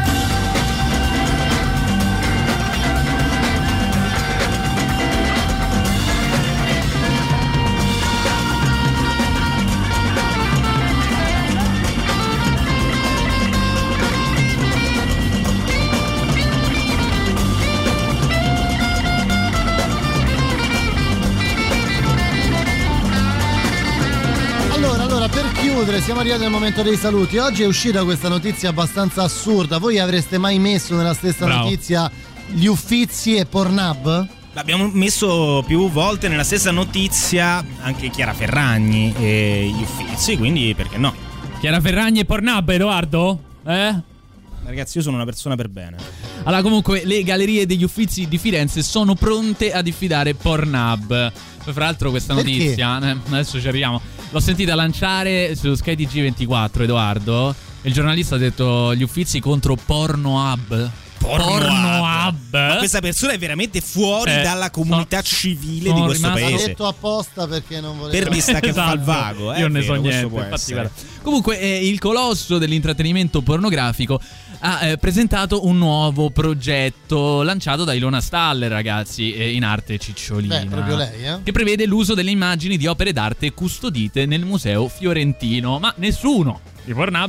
Allora, allora, per chiudere, siamo arrivati al momento dei saluti. Oggi è uscita questa notizia abbastanza assurda. Voi avreste mai messo nella stessa Bravo. notizia gli Uffizi e Pornhub? L'abbiamo messo più volte nella stessa notizia anche Chiara Ferragni e gli Uffizi, quindi perché no? Chiara Ferragni e Pornhub, Edoardo? Eh? Ragazzi, io sono una persona per bene. Allora, comunque, le gallerie degli Uffizi di Firenze sono pronte a diffidare Pornhub. Poi, fra l'altro, questa Perché? notizia, eh, adesso ci arriviamo, l'ho sentita lanciare su Sky T G ventiquattro, Edoardo. E il giornalista ha detto: gli Uffizi contro Pornohub. Pornohub. Ma questa persona è veramente fuori Eh, dalla comunità sono- civile sono di questo rimasto- L'ha paese. detto apposta perché non voleva. Per vista che fa il vago, eh, Io ne è so vero, questo niente. può Infatti, essere. guarda. Comunque, eh, il colosso dell'intrattenimento pornografico ha eh, presentato un nuovo progetto lanciato da Ilona Staller, ragazzi, eh, in arte Cicciolina. Beh, proprio lei, eh? Che prevede l'uso delle immagini di opere d'arte custodite nel Museo Fiorentino. Ma nessuno di Pornhub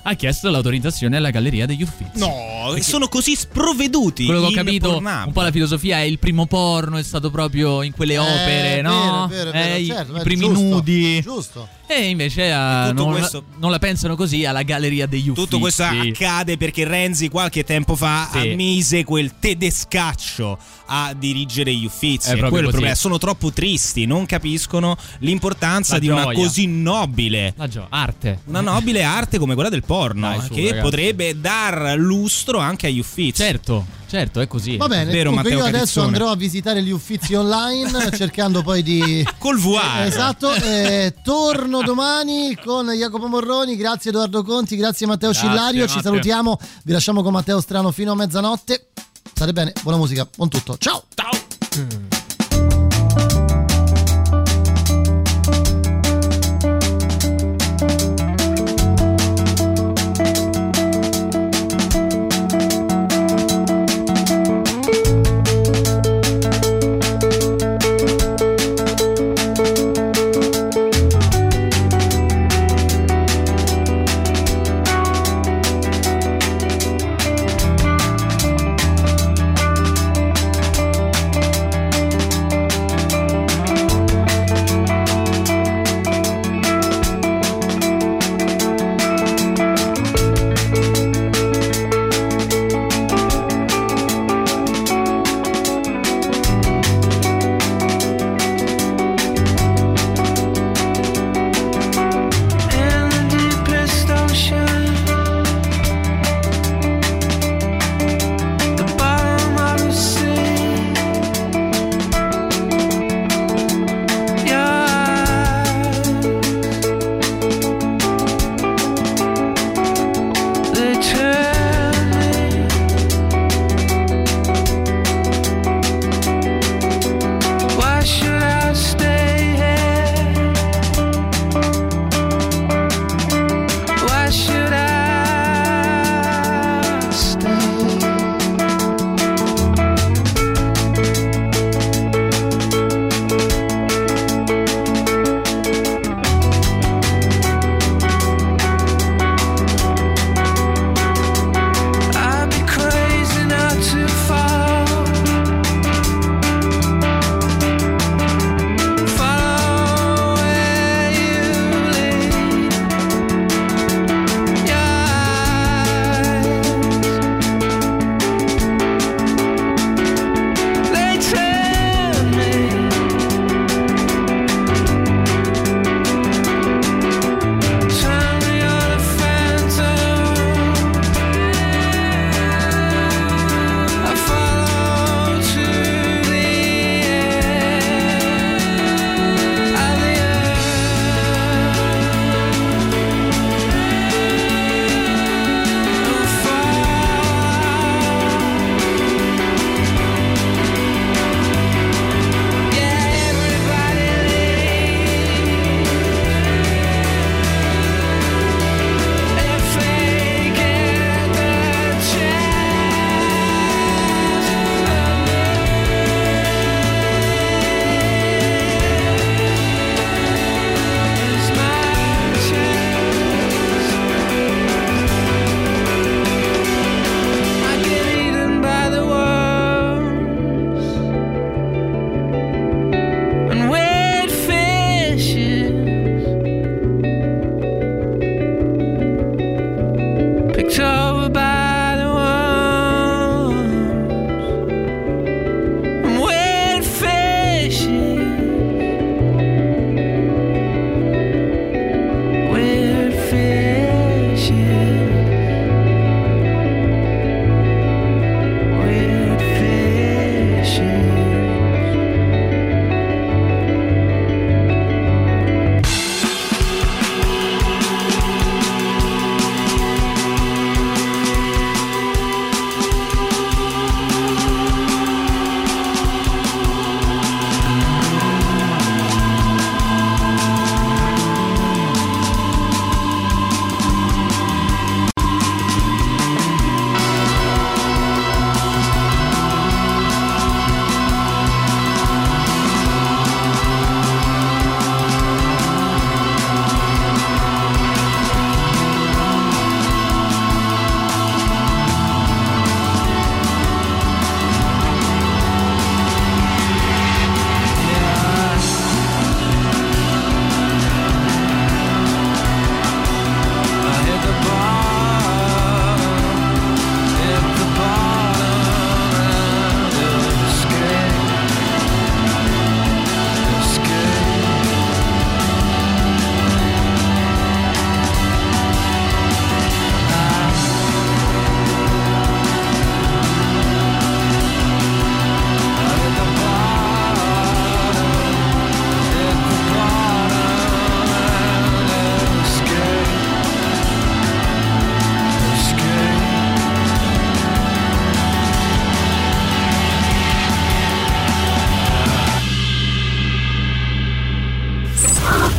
ha chiesto l'autorizzazione alla Galleria degli Uffizi. No, perché sono così sprovveduti. Quello che ho in capito, Pornhub. un po' la filosofia è il primo porno è stato proprio in quelle opere, Eh, no? vero, vero, vero, Eh, i- certo, i vero, primi giusto, nudi. Giusto. E invece ah, tutto non, questo- non la pensano così alla Galleria degli Uffizi. Tutto questo accade perché Renzi qualche tempo fa Sì. ammise quel tedescaccio a dirigere gli Uffizi. È È proprio quello il così. problema. Sono troppo tristi, non capiscono l'importanza La di una gioia. così nobile La gio- arte. una nobile arte come quella del porno, Dai, su, che ragazzi. potrebbe dar lustro anche agli Uffizi. Certo, certo, è così. Va bene, Vero, comunque io Matteo adesso Carizzone? andrò a visitare gli Uffizi online cercando poi di... Col V R. Esatto, eh, torno domani con Jacopo Morroni, grazie Edoardo Conti, grazie Matteo Grazie, Cillario, ci Matteo. salutiamo, vi lasciamo con Matteo Strano fino a mezzanotte, state bene, buona musica, buon tutto, ciao! Ciao!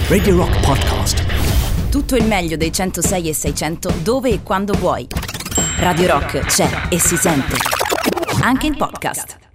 Radio Rock Podcast. Tutto il meglio dei centosei e seicento dove e quando vuoi. Radio Rock c'è e si sente. Anche in podcast.